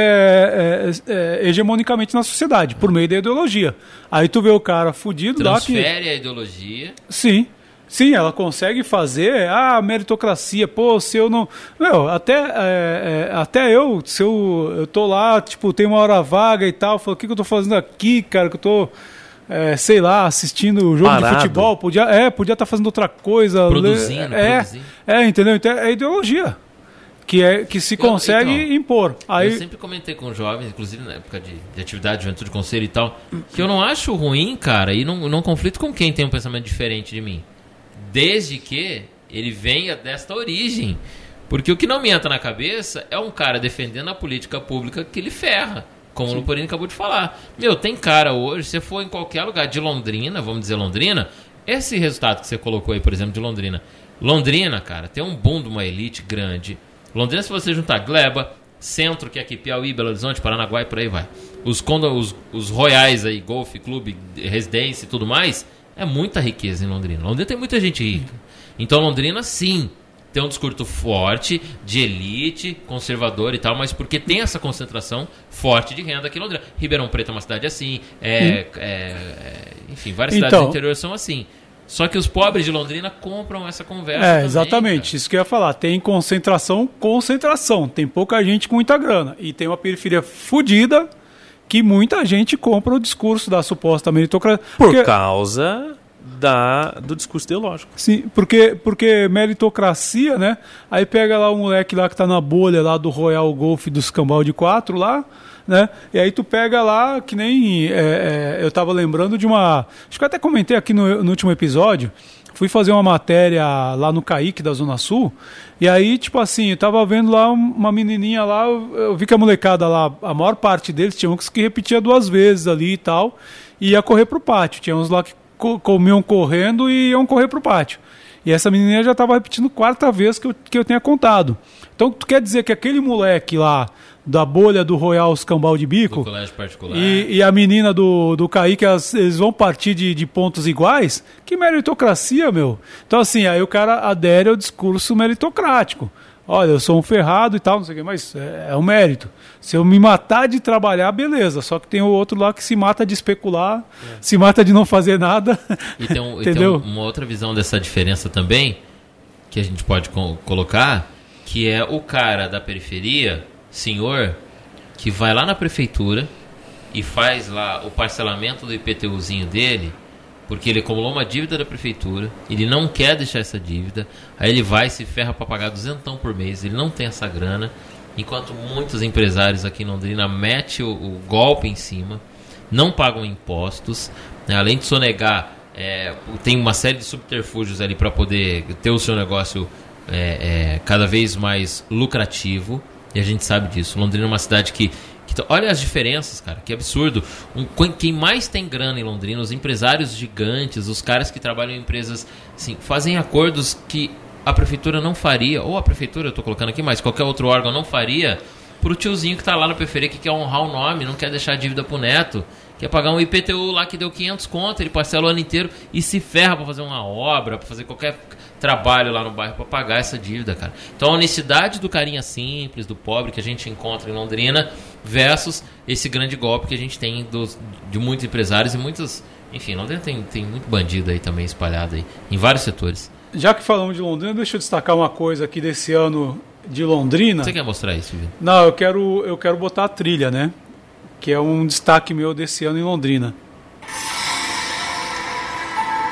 é, é, é, hegemonicamente na sociedade, por meio da ideologia. Aí tu vê o cara fudido lá que... Transfere a ideologia. Sim. Sim, ela consegue fazer a ah, meritocracia. Pô, se eu não... Meu, até, é, é, até eu, se eu, eu tô lá, tipo, tem uma hora vaga e tal, falo, o que, que eu tô fazendo aqui, cara, que eu tô, é, sei lá, assistindo o jogo Parado. de futebol, podia é, podia estar tá fazendo outra coisa. Produzindo, é, produzindo. É, entendeu? Então é ideologia que, é, que se eu, consegue então, impor. Aí... Eu sempre comentei com jovens, inclusive na época de, de atividade, juventude, conselho e tal, que eu não acho ruim, cara, e não, não conflito com quem tem um pensamento diferente de mim. Desde que ele venha desta origem. Porque o que não me entra na cabeça é um cara defendendo a política pública que ele ferra. Como Sim. o Luporini acabou de falar. Meu, tem cara hoje, se você for em qualquer lugar de Londrina, vamos dizer Londrina, esse resultado que você colocou aí, por exemplo, de Londrina. Londrina, cara, tem um boom de uma elite grande. Londrina, se você juntar Gleba, Centro, que é aqui, Piauí, Belo Horizonte, Paranaguá e por aí vai. Os, condo, os, os Royais aí, Golf, Clube, Residência e tudo mais... É muita riqueza em Londrina. Londrina tem muita gente rica. Então Londrina, sim, tem um discurso forte, de elite, conservador e tal, mas porque tem essa concentração forte de renda aqui em Londrina. Ribeirão Preto é uma cidade assim, é, é, é, enfim, várias cidades então, do interior são assim. Só que os pobres de Londrina compram essa conversa. É, também, exatamente, cara. Isso que eu ia falar. Tem concentração, concentração. Tem pouca gente com muita grana. E tem uma periferia fodida que muita gente compra o discurso da suposta meritocracia. Por porque... causa da, do discurso ideológico. Sim, porque, porque meritocracia, né? Aí pega lá o moleque lá que tá na bolha lá do Royal Golf dos Cambal de quatro lá, né? E aí tu pega lá, que nem... É, é, eu tava lembrando de uma... Acho que eu até comentei aqui no, no último episódio. Fui fazer uma matéria lá no Caique da Zona Sul, e aí, tipo assim, eu tava vendo lá uma menininha lá, eu vi que a molecada lá, a maior parte deles tinha uns que repetia duas vezes ali e tal, e ia correr pro pátio. Tinha uns lá que co- comiam correndo e iam correr pro pátio. E essa menininha já tava repetindo quarta vez que eu, que eu tenha contado. Então, tu quer dizer que aquele moleque lá, da bolha do Royal Escambau de Bico, do colégio particular, e, e a menina do, do Kaique, elas, eles vão partir de, de pontos iguais? Que meritocracia, meu! Então, assim, aí o cara adere ao discurso meritocrático. Olha, eu sou um ferrado e tal, não sei o quê, mas é, é um mérito. Se eu me matar de trabalhar, beleza. Só que tem o outro lá que se mata de especular, é. se mata de não fazer nada. E tem, um, entendeu? E tem uma outra visão dessa diferença também, que a gente pode co- colocar, que é o cara da periferia, senhor, que vai lá na prefeitura e faz lá o parcelamento do IPTUzinho dele, porque ele acumulou uma dívida da prefeitura, ele não quer deixar essa dívida, aí ele vai e se ferra para pagar duzentão por mês, ele não tem essa grana, enquanto muitos empresários aqui em Londrina metem o, o golpe em cima, não pagam impostos, né? Além de sonegar, é, tem uma série de subterfúgios ali para poder ter o seu negócio é, é, cada vez mais lucrativo. E a gente sabe disso. Londrina é uma cidade que, que... Olha as diferenças, cara. Que absurdo. Um, quem mais tem grana em Londrina, os empresários gigantes, os caras que trabalham em empresas, assim, fazem acordos que a prefeitura não faria, ou a prefeitura, eu estou colocando aqui, mas qualquer outro órgão não faria, pro tiozinho que está lá na periferia, que quer honrar o nome, não quer deixar a dívida pro neto, quer pagar um I P T U lá que deu quinhentos conto, ele parcela o ano inteiro e se ferra para fazer uma obra, para fazer qualquer trabalho lá no bairro para pagar essa dívida, cara. Então a honestidade do carinha simples, do pobre que a gente encontra em Londrina versus esse grande golpe que a gente tem dos, de muitos empresários e muitos... Enfim, Londrina tem, tem muito bandido aí também espalhado aí, em vários setores. Já que falamos de Londrina, deixa eu destacar uma coisa aqui desse ano de Londrina. Você quer mostrar isso, Vitor? Não, eu quero, eu quero botar a trilha, né? Que é um destaque meu desse ano em Londrina.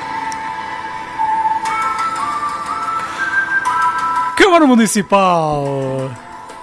Câmara Municipal.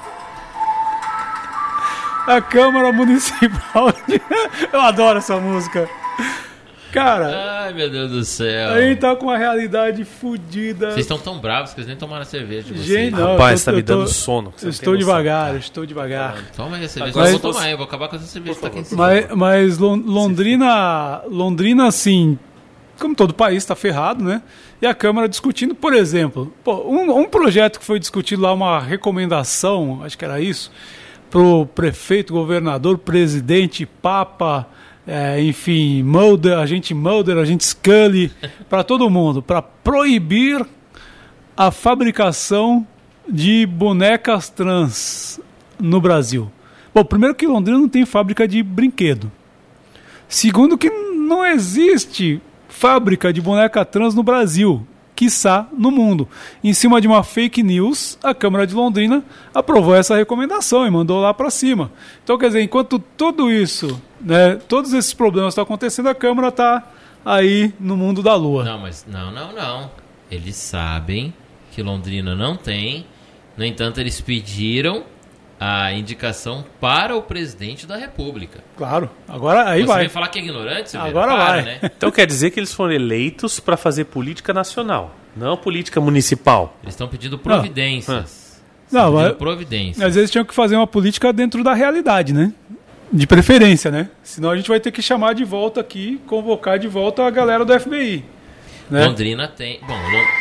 A Câmara Municipal de... Eu adoro essa música. Cara... Ai, meu Deus do céu. A gente tá com uma realidade fodida. Vocês estão tão bravos que vocês nem tomaram a cerveja de vocês. Gente, não, Rapaz, tô, tá me tô, dando sono. Eu estou devagar, eu estou devagar. Toma aí a cerveja. Mas- Eu vou tomar, eu vou acabar com essa cerveja que tá aqui em cima. Mas, mas Lon- Londrina, Londrina, assim, como todo país, está ferrado, né? E a Câmara discutindo, por exemplo, pô, um, um projeto que foi discutido lá, uma recomendação, acho que era isso, para o prefeito, governador, presidente, papa, é, enfim, Mulder, agente Mulder, agente Scully, para todo mundo, para proibir a fabricação de bonecas trans no Brasil. Bom, primeiro que Londrina não tem fábrica de brinquedo. Segundo que não existe fábrica de boneca trans no Brasil, quiçá no mundo. Em cima de uma fake news, a Câmara de Londrina aprovou essa recomendação e mandou lá para cima. Então, quer dizer, enquanto tudo isso, né, todos esses problemas estão acontecendo, a Câmara está aí no mundo da lua. Não, mas não, não, não. Eles sabem que Londrina não tem. No entanto, eles pediram a indicação para o presidente da República. Claro, agora aí Você vai. vem falar que é ignorante, Silveira? Agora Para, vai. né? Então quer dizer que eles foram eleitos para fazer política nacional, não política municipal. Eles estão pedindo providências. Não, Estão pedindo mas- providências. Às vezes tinham que fazer uma política dentro da realidade, né? De preferência, né? Senão a gente vai ter que chamar de volta aqui, convocar de volta a galera do F B I. Né? Londrina tem... Bom, Lond...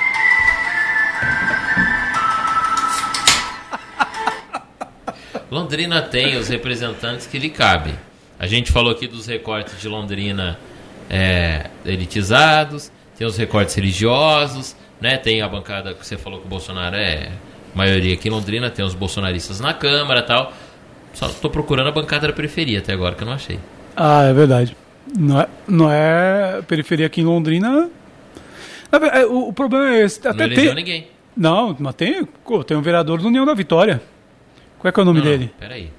Londrina tem os representantes que lhe cabem. A gente falou aqui dos recortes de Londrina é, elitizados, tem os recortes religiosos, né? Tem a bancada que você falou que o Bolsonaro é maioria aqui em Londrina, tem os bolsonaristas na Câmara e tal. Só estou procurando a bancada da periferia até agora, que eu não achei. Ah, é verdade. Não é, não é periferia aqui em Londrina. Na verdade, O, o problema é esse. Não Até elegeu tem... ninguém. Não, mas tem, pô, tem um vereador do União da Vitória. Qual é que é o nome Não, não, dele? peraí.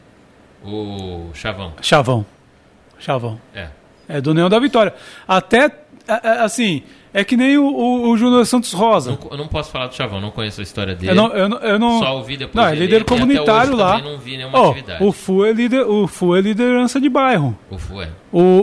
O Chavão. Chavão. Chavão. É. É do União da Vitória. Até, é, é, assim, é que nem o, o, o Júnior Santos Rosa. Não, eu não posso falar do Chavão, não conheço a história dele. Eu não, eu não, eu não... Só ouvi depois Não, é de líder ler, e até comunitário hoje lá. também não vi nenhuma Ó, atividade. o F U é líder, o F U é liderança de bairro. O F U é.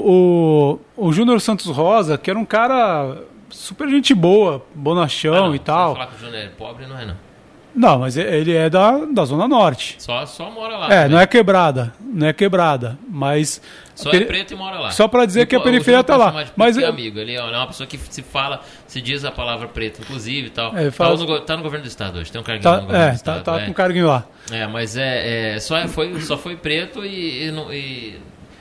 O, o, o Júnior Santos Rosa, que era um cara super gente boa, bonachão Ah, não, e tal. Se falar que o Júnior é pobre, não é não. Não, mas ele é da, da Zona Norte. Só, só mora lá. É, também. não é quebrada, não é quebrada, mas... Só peri- é preto e mora lá. Só pra dizer E que a o- o periferia Júnior tá pode lá. chamar de Mas porque é eu- amigo, ele é uma pessoa que se fala, se diz a palavra preto, inclusive e tal. É, tá, faz- no, go- tá no governo do estado hoje, tem um carguinho Tá, no governo é, do tá, estado. tá é. com um carguinho lá. É, mas é, é só, é- foi, só foi preto e, e não- e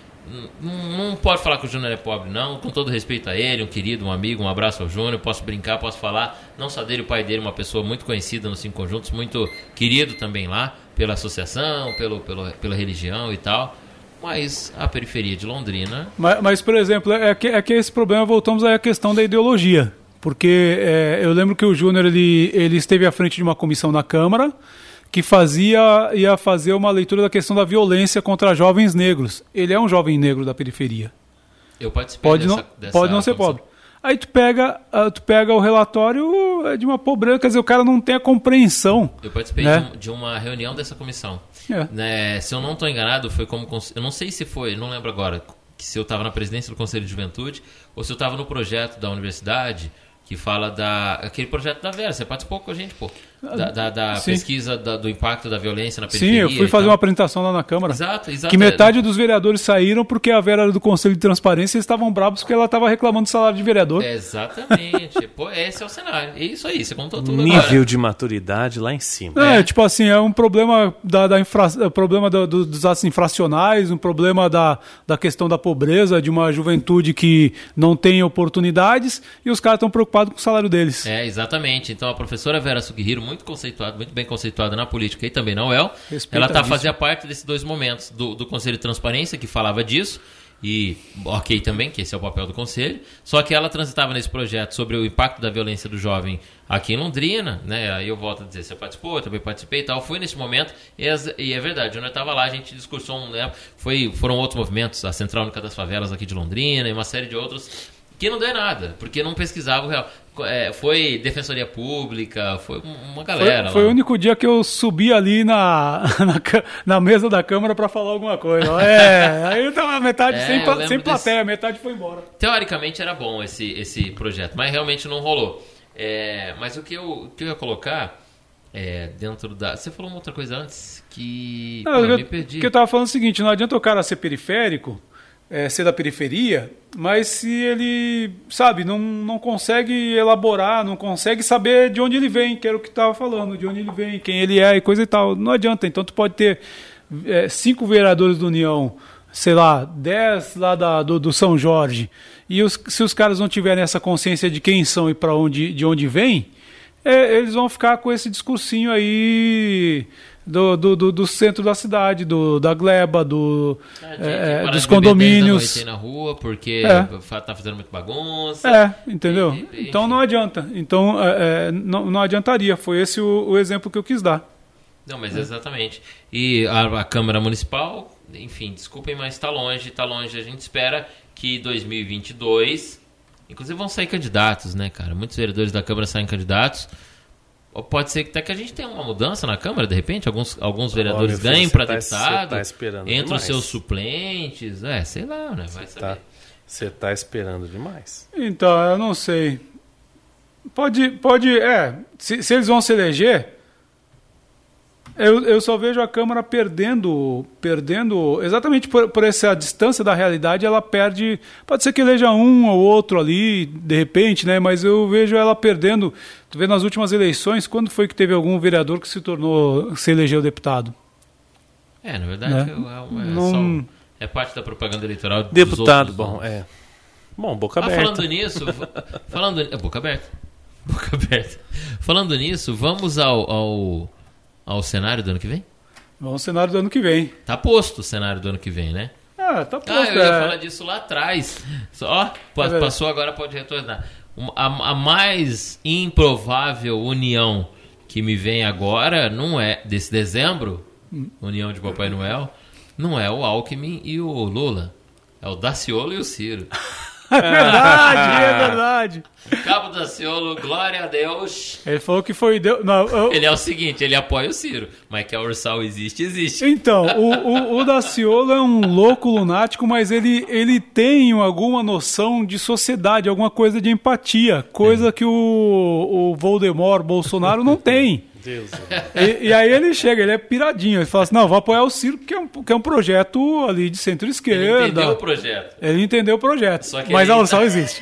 não, não pode falar que o Júnior é pobre, não. Com todo respeito a ele, um querido, um amigo, um abraço ao Júnior. Posso brincar, posso falar, não só dele, o pai dele, uma pessoa muito conhecida nos Cinco Conjuntos, muito querido também lá, pela associação, pelo, pelo, pela religião e tal. Mas a periferia de Londrina... Mas, mas, por exemplo, é que, é que esse problema, voltamos aí à questão da ideologia. Porque é, eu lembro que o Júnior ele, ele esteve à frente de uma comissão na Câmara que fazia, ia fazer uma leitura da questão da violência contra jovens negros. Ele é um jovem negro da periferia. Eu participei Pode dessa, não, dessa pode não ser comissão. pobre. Aí tu pega, ah, tu pega o relatório é de uma pobreza, quer dizer, o cara não tem a compreensão. Eu participei né? de, um- de uma reunião dessa comissão. É. Né, se eu não estou enganado, foi como... cons- Eu não sei se foi, não lembro agora, que se eu estava na presidência do Conselho de Juventude ou se eu estava no projeto da universidade que fala da... Aquele projeto da Vera, você participou com a gente, pô. Da, da- da Sim. pesquisa da- do impacto da violência na Sim, periferia. eu fui e fazer tal. uma apresentação lá na Câmara. Exato, exato. Que metade dos vereadores saíram porque a Vera era do Conselho de Transparência e eles estavam bravos porque ela estava reclamando do salário de vereador. É, exatamente. Pô, esse é o cenário. É isso aí, você contou tudo Nível agora. de maturidade lá em cima. É, É. tipo assim, é um problema da, da infra, é um problema do- do- dos atos infracionais, um problema da, da questão da pobreza, de uma juventude que não tem oportunidades e os caras estão preocupados com o salário deles. É, exatamente. Então a professora Vera Sugihiro, muito conceituada, muito bem conceituada na política e também na U E L, ela tá, Respeitadíssimo. fazia parte desses dois momentos, do, do Conselho de Transparência, que falava disso, e ok também, que esse é o papel do Conselho, só que ela transitava nesse projeto sobre o impacto da violência do jovem aqui em Londrina, né? Aí eu volto a dizer, você participou, eu também participei e tal, fui nesse momento, e, as- e é verdade, o Júnior estava lá, a gente discursou, um, né? Foi, foram outros movimentos, a Central Única das Favelas aqui de Londrina e uma série de outros, que não deu nada, porque não pesquisava o real. é, foi Defensoria Pública, foi uma galera. Foi, foi lá. o único dia que eu subi ali na, na, na mesa da Câmara para falar alguma coisa. É, aí eu tava metade É, sem, eu pla- lembro sem plateia, desse- metade foi embora. Teoricamente era bom esse, esse projeto, mas realmente não rolou. É, mas o que eu, o que eu ia colocar é, dentro da... Você falou uma outra coisa antes que... Não, Pô, eu eu, me perdi. que eu tava falando o seguinte, não adianta o cara ser periférico, é, ser da periferia, mas se ele, sabe, não, não consegue elaborar, não consegue saber de onde ele vem, que era o que tava falando, de onde ele vem, quem ele é e coisa e tal. Não adianta, então tu pode ter é, cinco vereadores da União, sei lá, dez lá da, do, do São Jorge, e os, se os caras não tiverem essa consciência de quem são e para onde, de onde vêm, é, eles vão ficar com esse discursinho aí do, do, do, do centro da cidade, do, da gleba, do, Ah, é, tinha que é, parar dos de beber dez da condomínios. noite aí na rua porque É. fa- tá fazendo muita bagunça. É, entendeu? E- e- Então não adianta. Então é, é, não, não adiantaria. Foi esse o, o exemplo que eu quis dar. Não, mas exatamente. E a, a Câmara Municipal, enfim, desculpem, mas está longe, está longe. A gente espera que dois mil e vinte e dois, inclusive vão sair candidatos, né, cara? Muitos vereadores da Câmara saem candidatos. Ou pode ser que até que a gente tenha uma mudança na Câmara, de repente, alguns, alguns vereadores meu filho, ganhem você para tá- deputado, você tá esperando entre os demais. seus suplentes, é, sei lá, né? Vai saber. Tá. Você tá esperando demais. Então, eu não sei. Pode, pode, é. Se, se eles vão se eleger, eu, eu só vejo a Câmara perdendo, perdendo, exatamente por, por essa distância da realidade, ela perde. Pode ser que eleja um ou outro ali, de repente, né? Mas eu vejo ela perdendo. Tu vê nas últimas eleições, quando foi que teve algum vereador que se tornou, se elegeu deputado? É, na verdade, Né? é, é, Não- só, é parte da propaganda eleitoral dos Deputado, outros, bom, né? é. Bom, boca Ah, aberta. falando nisso, falando é, boca aberta, boca aberta. Falando nisso, vamos ao, ao ao cenário do ano que vem? Vamos ao cenário do ano que vem. Tá posto o cenário do ano que vem, né? Ah, tá posto. Ah, eu ia é. falar disso lá atrás. Só, ó, pa- verdade. passou agora, pode retornar. Um- A, a mais improvável união que me vem agora não é desse dezembro, Hum. união de Papai Noel, não é o Alckmin e o Lula. É o Daciolo e o Ciro. É verdade, é verdade. Cabo Daciolo, glória a Deus. Ele falou que foi. Deu, não, eu- Ele é o seguinte, ele apoia o Ciro, mas que a Ursal existe, existe. Então, o, o, o Daciolo é um louco lunático, mas ele, ele tem alguma noção de sociedade, alguma coisa de empatia, coisa que o, o Voldemort Bolsonaro não tem. Deus. E, e aí ele chega, ele é piradinho, ele fala assim, não, vou apoiar o Ciro, porque é um, que é um projeto ali de Ele centro-esquerda. entendeu o projeto. Ele entendeu o projeto, Só que mas ele- a Ursal existe.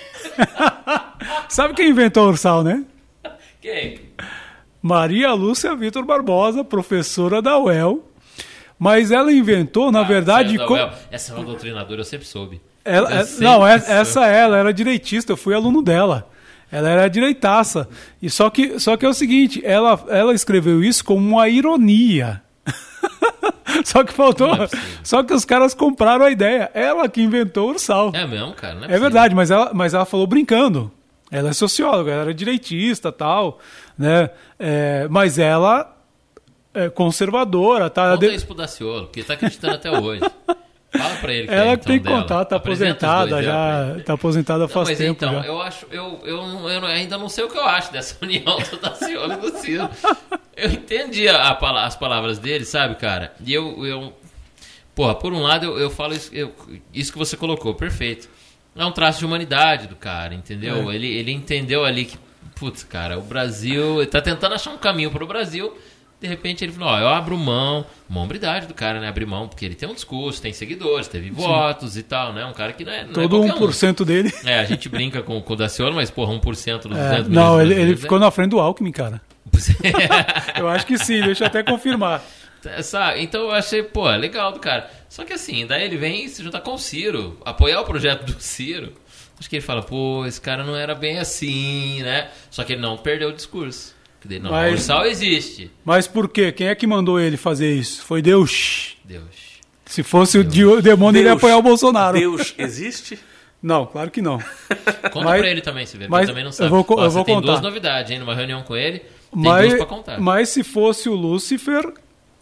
Sabe quem inventou a Ursal, né? Quem? Maria Lúcia Vitor Barbosa, professora da U E L. Mas ela inventou, na Ah, verdade... Sérgio da co- U E L. Essa é uma doutrinadora, eu sempre soube. ela- Eu é- sempre não, é- soube. essa é ela, era direitista, eu fui aluno dela. Ela era direitaça. E só que, só que é o seguinte, ela, ela escreveu isso como uma ironia. Só que faltou... Não é possível. só que os caras compraram a ideia. Ela que inventou o Ursal. É mesmo, cara? Não é, É possível. verdade, mas ela, mas ela falou brincando. Ela é socióloga, ela era direitista e tal, né? É, mas ela é conservadora, tá? Ela Conta de- isso pro Daciolo, porque ele tá acreditando até hoje. Fala pra ele que ela é, que tem que então, dela. contar, tá Apresenta os aposentada dois dela pra já, ele. tá aposentada Não, faz mas tempo então, já. eu acho, eu, eu, não- eu não- ainda não sei o que eu acho dessa união do Daciolo e do Ciro. Eu entendi a, a pala- as palavras dele, sabe, cara? E eu, eu porra, por um lado eu, eu falo isso, eu- isso que você colocou, perfeito. É um traço de humanidade do cara, entendeu? É. Ele, ele entendeu ali que, putz, cara, o Brasil, ele tá tentando achar um caminho pro Brasil. De repente ele falou, ó, eu abro mão, uma hombridade do cara, né, abrir mão, porque ele tem um discurso, tem seguidores, teve votos e tal, né, um cara que não é, não é Todo qualquer um por cento dele. É, a gente brinca com, com o Daciolo, mas, porra, um por cento dos É, duzentos não, milhões de ele, ele brasileiros, ficou na frente do Alckmin, cara. né? Eu acho que sim, deixa eu até confirmar. Sabe? Então eu achei, pô, legal do cara. Só que assim, daí ele vem se juntar com o Ciro, apoiar o projeto do Ciro. Acho que ele fala, pô, esse cara não era bem assim, né? Só que ele não perdeu o discurso. Não, Mas- o Ursal existe. Mas por quê? Quem é que mandou ele fazer isso? Foi Deus. Deus. Se fosse o di- o demônio, ele ia Deus- apoiar o Bolsonaro. Deus existe? Não, claro que não. Conta Mas- pra ele também, se vê, porque mas ele também não sabe. eu vou co- Ó, eu você vou tem contar. duas novidades, hein? Numa reunião com ele, tem Mas, duas pra contar. mas se fosse o Lúcifer,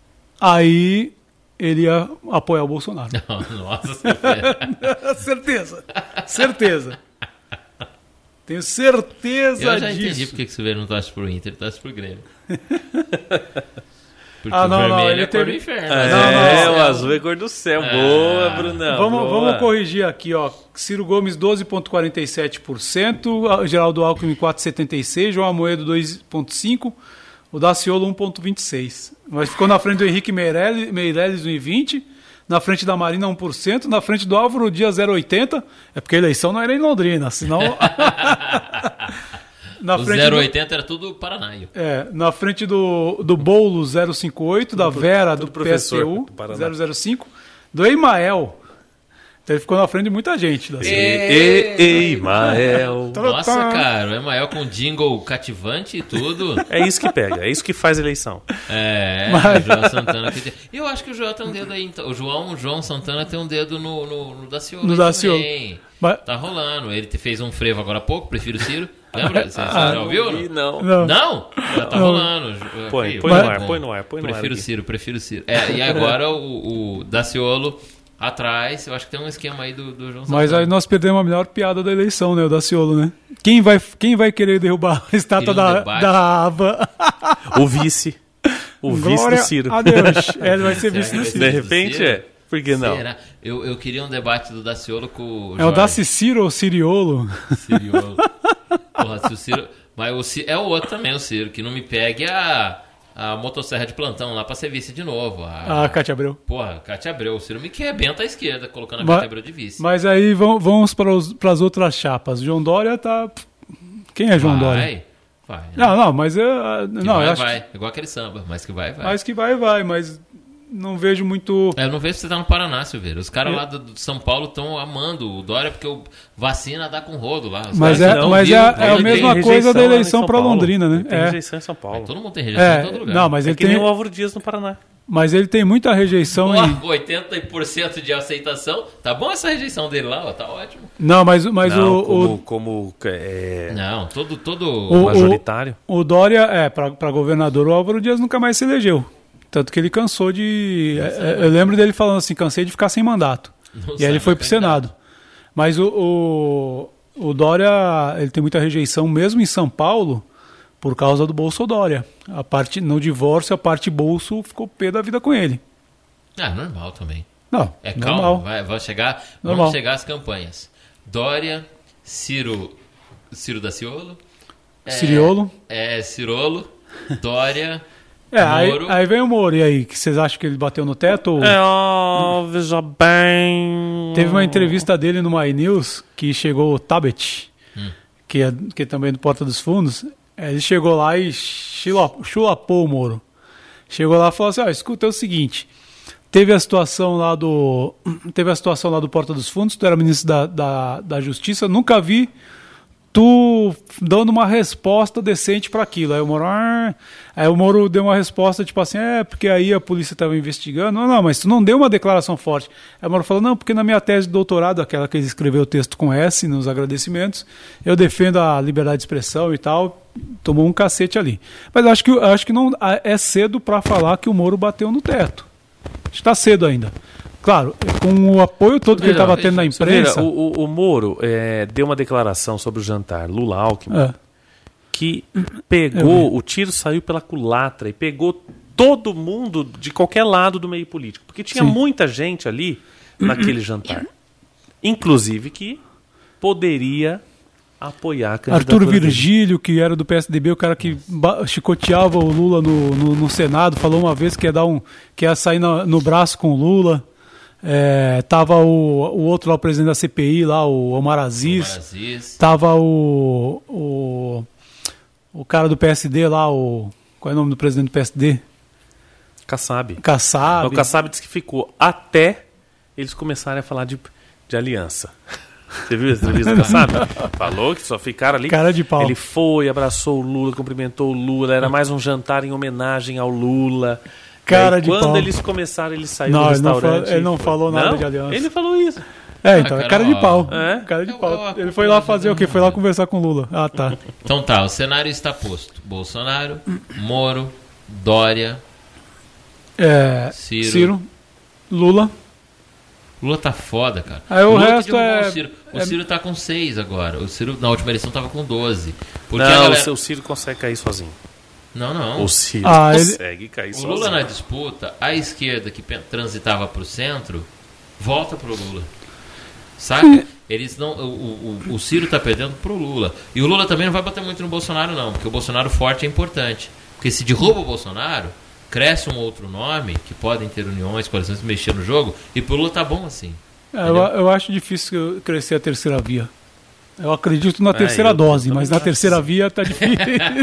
aí ele ia apoiar o Bolsonaro. Não, nossa, você fez. Certeza. Certeza. Tenho certeza Eu já disso. entendi porque que o Silveira não torce pro Inter, torce pro Grêmio. Porque Ah, o não, não, vermelho ele é cor do teve- inferno. É, Não, não, o não. azul é cor do céu. Ah. Boa, Brunão. Vamos, boa. vamos corrigir aqui, ó. Ciro Gomes doze vírgula quarenta e sete por cento, Geraldo Alckmin quatro vírgula setenta e seis por cento, João Amoedo dois vírgula cinco por cento, o Daciolo um vírgula vinte e seis por cento. Mas ficou na frente do Henrique Meirelles, Meirelles um vírgula vinte por cento, na frente da Marina um por cento, na frente do Álvaro Dias zero vírgula oitenta por cento, é porque a eleição não era em Londrina, senão... na O frente zero do- oitenta era tudo paranaio. É, na frente do, do Boulos zero vírgula cinquenta e oito, da Vera do tudo professor P S U do Paraná. zero vírgula zero cinco, do Emael. Então ele ficou na frente de muita gente. Da Ei, ei, Mael. Nossa, cara, o Emael com jingle cativante e tudo. É isso que pega, é isso que faz eleição. É, Mas- o João Santana. Que tem... Eu acho que o João tem um dedo aí. Então. O João, o João Santana tem um dedo no, no, no Daciolo. No aí Daciolo. também. Mas- Tá rolando. Ele te fez um frevo agora há pouco, prefiro o Ciro. Lembra? Você, você Ah, já ouviu? Ih, não. Não. Não? Já tá Não. rolando. Põe, Aqui, põe muito no ar, bom. põe no ar, põe no ar Prefiro o aqui. Ciro, prefiro o Ciro. É, e agora o, o Daciolo atrás, eu acho que tem um esquema aí do, do João Santana. Mas aí nós perdemos a melhor piada da eleição, né? O Daciolo, né? Quem vai, quem vai querer derrubar a estátua Queria um da, debate. da Ava? O vice. O vice Glória do Ciro. a Deus. É, ele vai ser Será vice que do vai ser Ciro. De vice do repente Ciro? é. Por que não? Será? Eu, eu queria um debate do Daciolo com o É o Jorge. Daci Ciro ou Ciriolo? Ciriolo. Porra, se o Ciro... Mas o Ciro... é o outro também, o Ciro, que não me pegue a, a motosserra de plantão lá pra ser vice de novo. A... Ah, Cátia Abreu. Porra, Cátia Abreu. O Ciro me quebenta à esquerda, colocando a Mas- Cátia Abreu de vice. Mas aí vamos, vamos para as outras chapas. João Dória tá... Quem é João Dória? Vai, vai. né? Não, não, mas eu, Que não, vai, eu acho vai. Igual aquele samba, mas que vai, vai. mais que vai, vai, mas não vejo muito... Eu não vejo se você tá no Paraná, Silveira. Os caras Eu- lá do, do São Paulo estão amando o Dória porque o vacina dá com rodo lá. Os Mas caras é, que não mas viram, é, não é a tem- mesma Tem coisa rejeição da lá em eleição São para Paulo. Londrina, né? Tem É, rejeição em São Paulo. Todo mundo tem rejeição em todo é, lugar. não, mas É ele que nem tem, o Álvaro Dias no Paraná. mas ele tem muita rejeição em... Pô, oitenta por cento de aceitação. Tá bom essa rejeição dele lá, ó, tá ótimo. Não, mas, mas Não, o, como, o, como é, Não, todo. todo... O- majoritário. o Dória, é, para governador, o Álvaro Dias nunca mais se elegeu. Tanto que ele cansou de... é, é, eu lembro dele falando assim, cansei de ficar sem mandato. Não E aí ele sabe foi o pro candidato. Senado. Mas o, o, o Dória, ele tem muita rejeição, mesmo em São Paulo, por causa do Bolso Dória. A parte, no divórcio, a parte bolso ficou pé da vida com ele. Ah, normal também. Não, É calma, normal. vai, vai chegar. Normal. Vamos chegar às campanhas. Dória, Ciro. Ciro Daciolo. É, Ciriolo. É, Cirolo, Dória. É, aí, Moro. aí vem o Moro. E aí, que vocês acham que ele bateu no teto? Ou... É, ó, veja bem. Teve uma entrevista dele no My News que chegou o Tabet, Hum. que, é, que é também do Porta dos Fundos. É, ele chegou lá e chula- chulapou o Moro. Chegou lá e falou assim: ó, escuta, é o seguinte. Teve a situação lá do. Teve a situação lá do Porta dos Fundos, tu era ministro da, da, da Justiça, nunca vi tu dando uma resposta decente para aquilo. Aí o Moro, ah, aí o Moro deu uma resposta tipo assim, é porque aí a polícia estava investigando. Não, não, mas tu não deu uma declaração forte. Aí o Moro falou, não, porque na minha tese de doutorado, aquela que ele escreveu o texto com S nos agradecimentos, eu defendo a liberdade de expressão e tal. Tomou um cacete ali. Mas acho que acho que não é cedo para falar que o Moro bateu no teto. Está cedo ainda. Claro, com o apoio todo que ele estava tendo na imprensa. Silveira, o, o, o Moro é, deu uma declaração sobre o jantar Lula-Alckmin É. que Eu pegou, o tiro saiu pela culatra e pegou todo mundo de qualquer lado do meio político. Porque tinha Sim. muita gente ali naquele jantar. Inclusive que poderia apoiar a candidatura Arthur dele. Virgílio, que era do P S D B, o cara que ba- chicoteava o Lula no, no, no Senado, falou uma vez que ia, dar um, que ia sair na- no braço com o Lula. É, tava o, o outro lá, o presidente da C P I, lá, o Omar Aziz. Omar Aziz. Tava o, o, o cara do P S D lá, o, qual é o nome do presidente do P S D? Kassab. Kassab. O Kassab disse que ficou até eles começarem a falar de, de aliança. Você viu essa entrevista do Kassab? Falou que só ficaram ali. Cara de pau. Ele foi, abraçou o Lula, cumprimentou o Lula. Era mais um jantar em homenagem ao Lula. Cara E aí, de quando pau. eles começaram, ele saiu Não, do ele não restaurante. falou- ele não e foi. falou nada Não? de aliança. Ele falou isso. É, então, Ah, é cara, cara de ó, pau. é? Cara de Eu- pau. eu- Ele foi lá fazer o quê? Foi lá conversar com o Lula. Ah, tá. Então tá, o cenário está posto. Bolsonaro, Moro, Dória, É, Ciro. Ciro, Lula. Lula tá foda, cara. Aí o Lula que resto derrubou é- O Ciro, o é- Ciro tá com seis agora. O Ciro, na última eleição, tava com doze. Porque Não, a galera... o seu Ciro consegue cair sozinho. Não, não. O Ciro Ah, ele- consegue cair O sozinho. Lula na disputa, a esquerda que pe- transitava pro centro, volta pro Lula. Saca? Eles não, o, o, o Ciro tá perdendo pro Lula. E o Lula também não vai bater muito no Bolsonaro, não, porque o Bolsonaro forte é importante. Porque se derruba o Bolsonaro, cresce um outro nome, que podem ter uniões, coalições, mexer no jogo, e pro Lula tá bom assim. É, eu, eu acho difícil crescer a terceira via. Eu acredito na É, terceira eu dose, também mas na acho. terceira via tá difícil.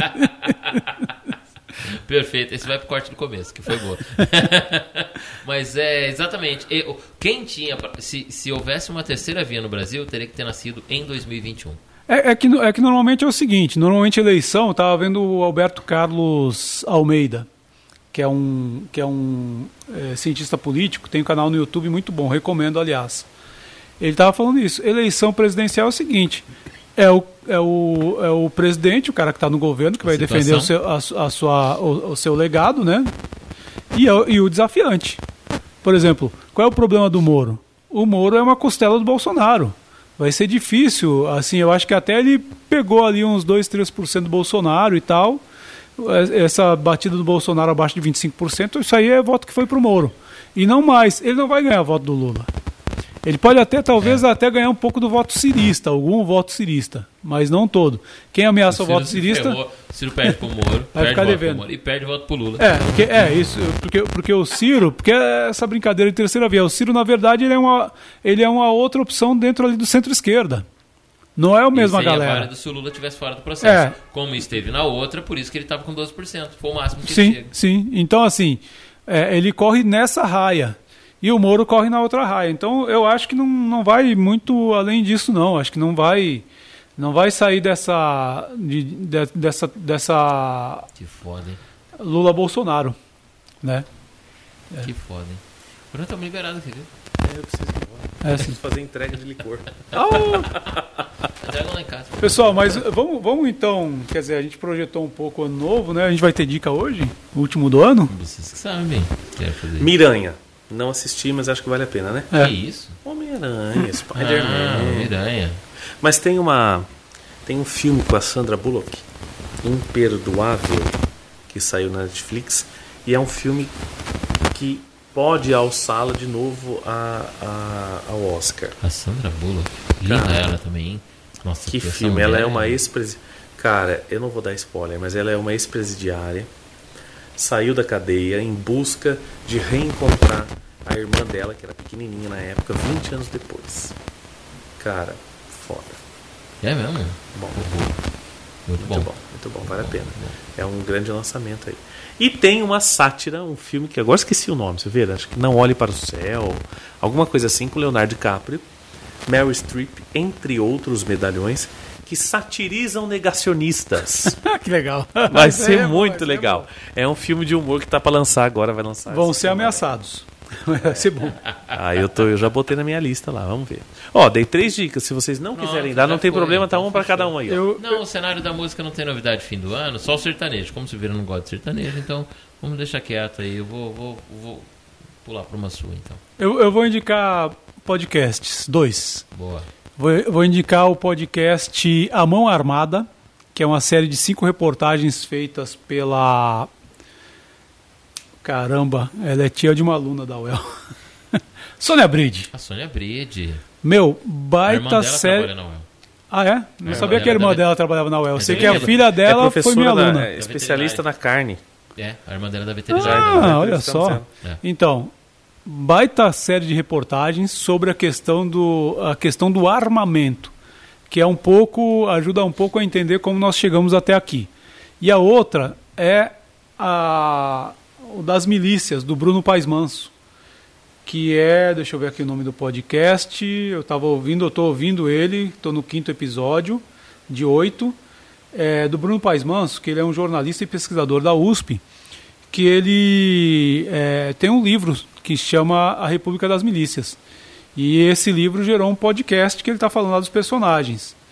Perfeito, esse vai pro corte do começo, que foi boa. Mas é exatamente. eu- Quem tinha. pra- Se, se houvesse uma terceira via no Brasil, teria que ter nascido em dois mil e vinte e um. É, é que, no- é que normalmente é o seguinte, normalmente a eleição, eu estava vendo o Alberto Carlos Almeida, que é um, que é um é, cientista político, tem um canal no YouTube muito bom, recomendo, aliás. Ele estava falando isso, eleição presidencial é o seguinte, é o, é o, é o presidente, o cara que está no governo, que vai defender o seu, a, su- a sua, o, o seu legado, né? E, é o- e o desafiante. Por exemplo, qual é o problema do Moro? O Moro é uma costela do Bolsonaro. Vai ser difícil, assim, eu acho que até ele pegou ali uns dois, três por cento do Bolsonaro e tal. Essa batida do Bolsonaro abaixo de vinte e cinco por cento, isso aí é voto que foi pro Moro. E não mais, ele não vai ganhar voto do Lula. Ele pode até, talvez, É. até ganhar um pouco do voto cirista, algum voto cirista, mas não todo. Quem ameaça o, Ciro voto se cirista... ferrou, o Ciro perde pro Moro, Vai perde ficar voto devendo. pro Moro e perde voto pro Lula. É, porque, é isso, porque, porque o Ciro, porque é essa brincadeira de terceira via, o Ciro, na verdade, ele é uma, ele é uma outra opção dentro ali do centro-esquerda. Não é a mesma e seria galera. válido se o Lula estivesse fora do processo. É. Como esteve na outra, por isso que ele estava com doze por cento. Foi o máximo que ele Sim, chega. sim. Então, assim, é, ele corre nessa raia. E o Moro corre na outra raia. Então, eu acho que não, não vai muito além disso, não. Acho que não vai, não vai sair dessa, de, de- dessa, dessa Que foda, hein? Lula-Bolsonaro, né? Que foda, hein? Bruno, estamos liberados aqui, viu? É, eu preciso ir embora. É assim. Preciso fazer entrega de licor. Entrega lá em casa. Pessoal, mas vamos, vamos então, quer dizer, a gente projetou um pouco o ano novo, né? A gente vai ter dica hoje, o último do ano. Vocês que sabem. Quer fazer Miranha. Não assisti, mas acho que vale a pena, né? É. Que isso? Homem-Aranha, Ah, Spider-Man. Miranha. Mas tem uma tem um filme com a Sandra Bullock, Imperdoável, que saiu na Netflix, e é um filme que pode alçá-la de novo a, a, ao Oscar. A Sandra Bullock. Linda Cara, ela também, hein? Nossa, Que essa filme? Ela é mulher uma ex-presidiária. Cara, eu não vou dar spoiler, mas ela é uma ex-presidiária. Saiu da cadeia em busca de reencontrar a irmã dela, que era pequenininha na época, vinte anos depois. Cara, foda. É mesmo? Bom, Muito bom. muito bom, muito bom, vale a pena. É um grande lançamento aí. E tem uma sátira, um filme que agora esqueci o nome, você vê? Acho que Não Olhe para o Céu, alguma coisa assim, com Leonardo DiCaprio, Meryl Streep, entre outros medalhões, que satirizam negacionistas. que legal. Vai Isso aí ser é bom, muito isso aí é legal. É um filme de humor que tá para lançar agora, vai lançar. Vão esse ser filme. ameaçados. Vai ser bom. Ah, eu, tô, eu já botei na minha lista lá, vamos ver. Ó, dei três dicas, se vocês não Nossa, quiserem dar, não já tem foi, problema, tá então um para fechou. cada um aí. Ó. Eu, Não, o cenário da música não tem novidade fim do ano, só o sertanejo. Como se vira, não gosta de sertanejo, então vamos deixar quieto aí. Eu vou, vou, vou pular para uma sua, então. eu, eu vou indicar podcasts, dois. Boa. Vou, vou indicar o podcast A Mão Armada, que é uma série de cinco reportagens feitas pela... Caramba, ela é tia de uma aluna da U E L. Sônia Bride. A Sônia Bride. Meu, A irmã baita dela série... trabalha na U E L. Ah, é? Não A sabia irmã que a irmã dela dela trabalhava na U E L. Eu É sei da que a veterinária. filha dela foi minha da- aluna. é especialista na carne. É, a irmã dela é da veterinária. Ah, né? olha Estamos só. vendo. É. Então, baita série de reportagens sobre a questão do, a questão do armamento, que é um pouco, ajuda um pouco a entender como nós chegamos até aqui. E a outra é a, o das milícias, do Bruno Paes Manso, que é, deixa eu ver aqui o nome do podcast, eu estava ouvindo, eu estou ouvindo ele, estou no quinto episódio, de oito, é, do Bruno Paes Manso, que ele é um jornalista e pesquisador da U S P, que ele é, tem um livro que chama A República das Milícias. E esse livro gerou um podcast que ele está falando lá dos personagens.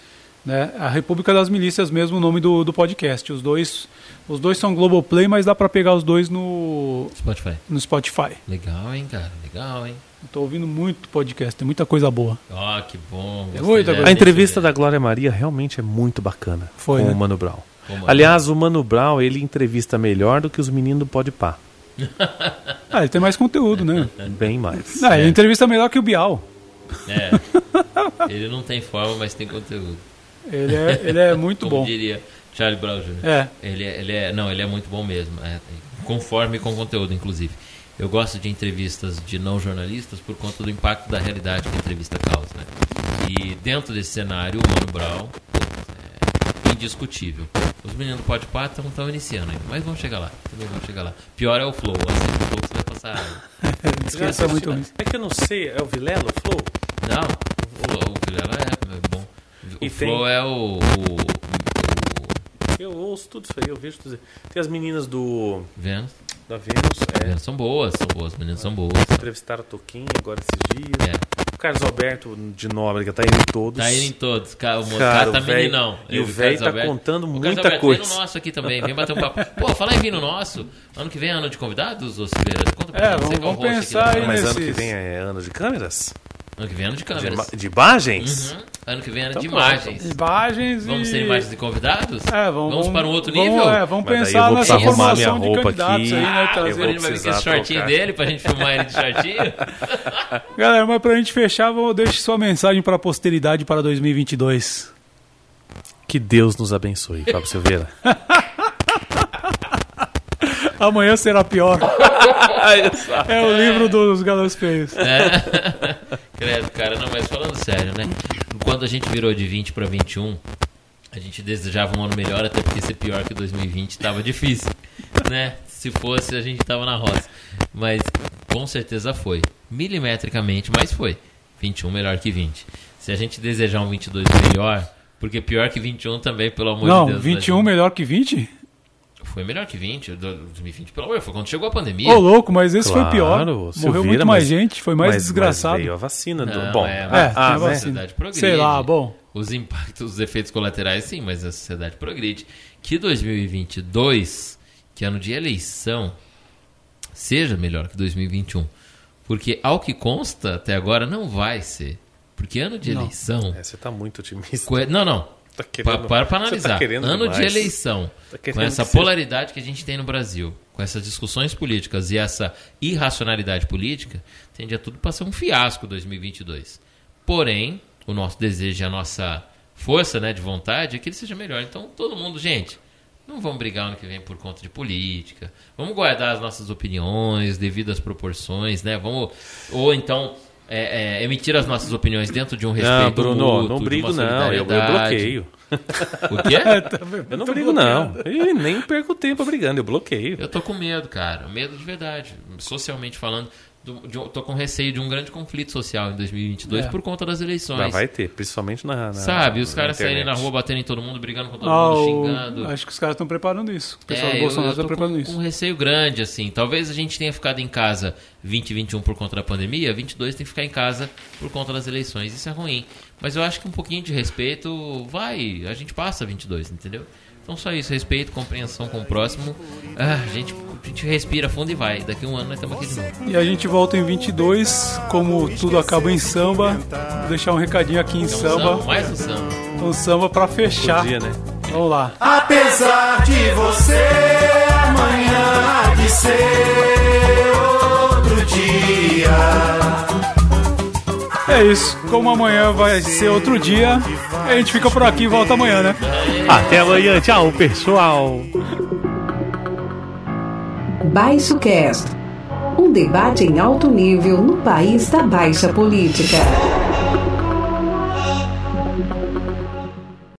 né? A República das Milícias mesmo, o nome do, do podcast. Os dois, os dois são Globoplay, mas dá pra pegar os dois no Spotify. No Spotify. Legal, hein, cara? Legal, hein? Eu tô ouvindo muito podcast, tem muita coisa boa. Ó, oh, que bom. É muita coisa. A entrevista da Glória Maria realmente é muito bacana. Foi, com né? o Mano Brown. Como Aliás, o Mano Brown, ele entrevista melhor do que os meninos do Podpah. Ah, ele tem mais conteúdo, né? Bem mais. Ah, ele É. entrevista melhor que o Bial. É. Ele não tem forma, mas tem conteúdo. Ele é, ele é muito Como bom. diria Charlie Brown Júnior É. Ele é, ele é, não, ele é muito bom mesmo. É, conforme com conteúdo, inclusive. Eu gosto de entrevistas de não jornalistas por conta do impacto da realidade que a entrevista causa, né? E dentro desse cenário, o Mano Brown é indiscutível. Os meninos do Podpah estão iniciando ainda, mas vão chegar lá. Também vão chegar lá. Pior é o Flow. Assim, o Flow você vai passar água. Esqueça é muito ruim. É que eu não sei, é o Vilela, o Flow? Não, o Flow, o Vilela é, é bom. O E Flow tem- é o, o, Eu ouço tudo isso aí, eu vejo tudo isso aí. Tem as meninas do o Vênus. da Vênus, é, Vênus são boas, são boas. Os meninos são boas. entrevistaram a Toquinha agora esses dias. É. O Carlos Alberto de Nóbrega tá indo em todos. Tá indo em todos. Cara, o Cara, cara tá o véio- meninão. e o Ele, véio Carlos tá Alberto- contando o Carlos muita Alberto, coisa. Vem no nosso aqui também, vem bater um papo. Pô, fala em vir no nosso. Ano que vem é ano de convidados, ô Silveira? Conta pra É, gente, você vamos- que é o vamos host aqui pensar da aí Fala. Mas nesses- ano que vem é ano de câmeras? Ano que vem é ano de De, câmeras. ima- de imagens? Uhum. Ano que vem é ano Então de pronto. imagens. Imagens Vamos e... ser imagens de convidados? É, vamos, vamos para um outro vamos- nível? É, vamos Mas daí eu pensar vou nessa precisar arrumar formação minha de roupa candidatos aqui. aí, né? Eu O Trazer... vou Danilo vai vir com esse precisar shortinho trocar. dele pra gente filmar ele de shortinho. Galera, mas pra gente fechar, vou deixe sua mensagem pra posteridade para dois mil e vinte e dois. Que Deus nos abençoe, Fábio Silveira. Amanhã será pior. É o livro dos galãs feios. É. Credo, cara, não, mas falando sério, né? Quando a gente virou de vinte para vinte e um, a gente desejava um ano melhor, até porque ser pior que dois mil e vinte tava difícil, né? Se fosse, a gente tava na roça. Mas com certeza foi. Milimetricamente, mas foi. vinte e um melhor que vinte. Se a gente desejar um vinte e dois melhor, porque pior que vinte e um também, pelo amor Não, de Deus. vinte e um né? melhor que vinte? Foi melhor que vinte. dois mil e vinte, pelo amor, foi quando chegou a pandemia. Ô, louco, mas esse foi pior. Claro, Morreu Silveira, muito mais mas- gente, foi mais mas, desgraçado. Mas veio a vacina. Do... Não, Bom, é, É, ah, tem a né? a vacina. sociedade progride. Sei lá, bom. Os impactos, os efeitos colaterais, sim, mas a sociedade progride. Que dois mil e vinte e dois, que é ano de eleição, seja melhor que dois mil e vinte e um. Porque, ao que consta, até agora, não vai ser. Porque ano de Não. eleição... É, você tá muito otimista. co- Não, não. Tá Pa- querendo- Para para você analisar. tá querendo ano de demais. eleição, Tá com querendo essa que seja. polaridade que a gente tem no Brasil, com essas discussões políticas e essa irracionalidade política, tende a tudo para ser um fiasco dois mil e vinte e dois. Porém, o nosso desejo e a nossa força, né, de vontade é que ele seja melhor. Então, todo mundo, gente, não vamos brigar ano que vem por conta de política. Vamos guardar as nossas opiniões, devido às proporções, né? Vamos, ou então... é, é, emitir as nossas opiniões dentro de um respeito Não, Bruno, mútuo, não de brigo uma não, eu, eu solidariedade. bloqueio. O quê? Eu não brigo não, e nem perco tempo brigando, eu bloqueio. Eu tô com medo, cara. Medo de verdade. Socialmente falando, do, de, um- tô com receio de um grande conflito social em dois mil e vinte e dois É. por conta das eleições. Mas vai ter, principalmente na, na Sabe, os na caras saírem na internet. rua batendo em todo mundo, brigando com todo Ah, mundo, o- xingando. Acho que os caras estão preparando isso. O pessoal É, do eu, Bolsonaro eu está tô preparando com, isso. com um receio grande, assim. Talvez a gente tenha ficado em casa vinte e vinte e um por conta da pandemia, vinte e dois tem que ficar em casa por conta das eleições. Isso é ruim. Mas eu acho que um pouquinho de respeito vai, a gente passa vinte e dois, entendeu? Então só isso, respeito, compreensão com o próximo. Ah, a, gente, a gente respira fundo e vai. Daqui a um ano nós estamos aqui de novo. E a gente volta em vinte e dois, como tudo acaba em samba. Vou deixar um recadinho aqui em Então, samba. samba, mais um samba. Um samba pra fechar. Podia, né? Vamos lá. Apesar de você, amanhã há de ser outro dia. É isso. Como amanhã vai ser outro dia, a gente fica por aqui e volta amanhã, né? Até amanhã, tchau pessoal. Baixo Cast, um debate em alto nível no país da baixa política.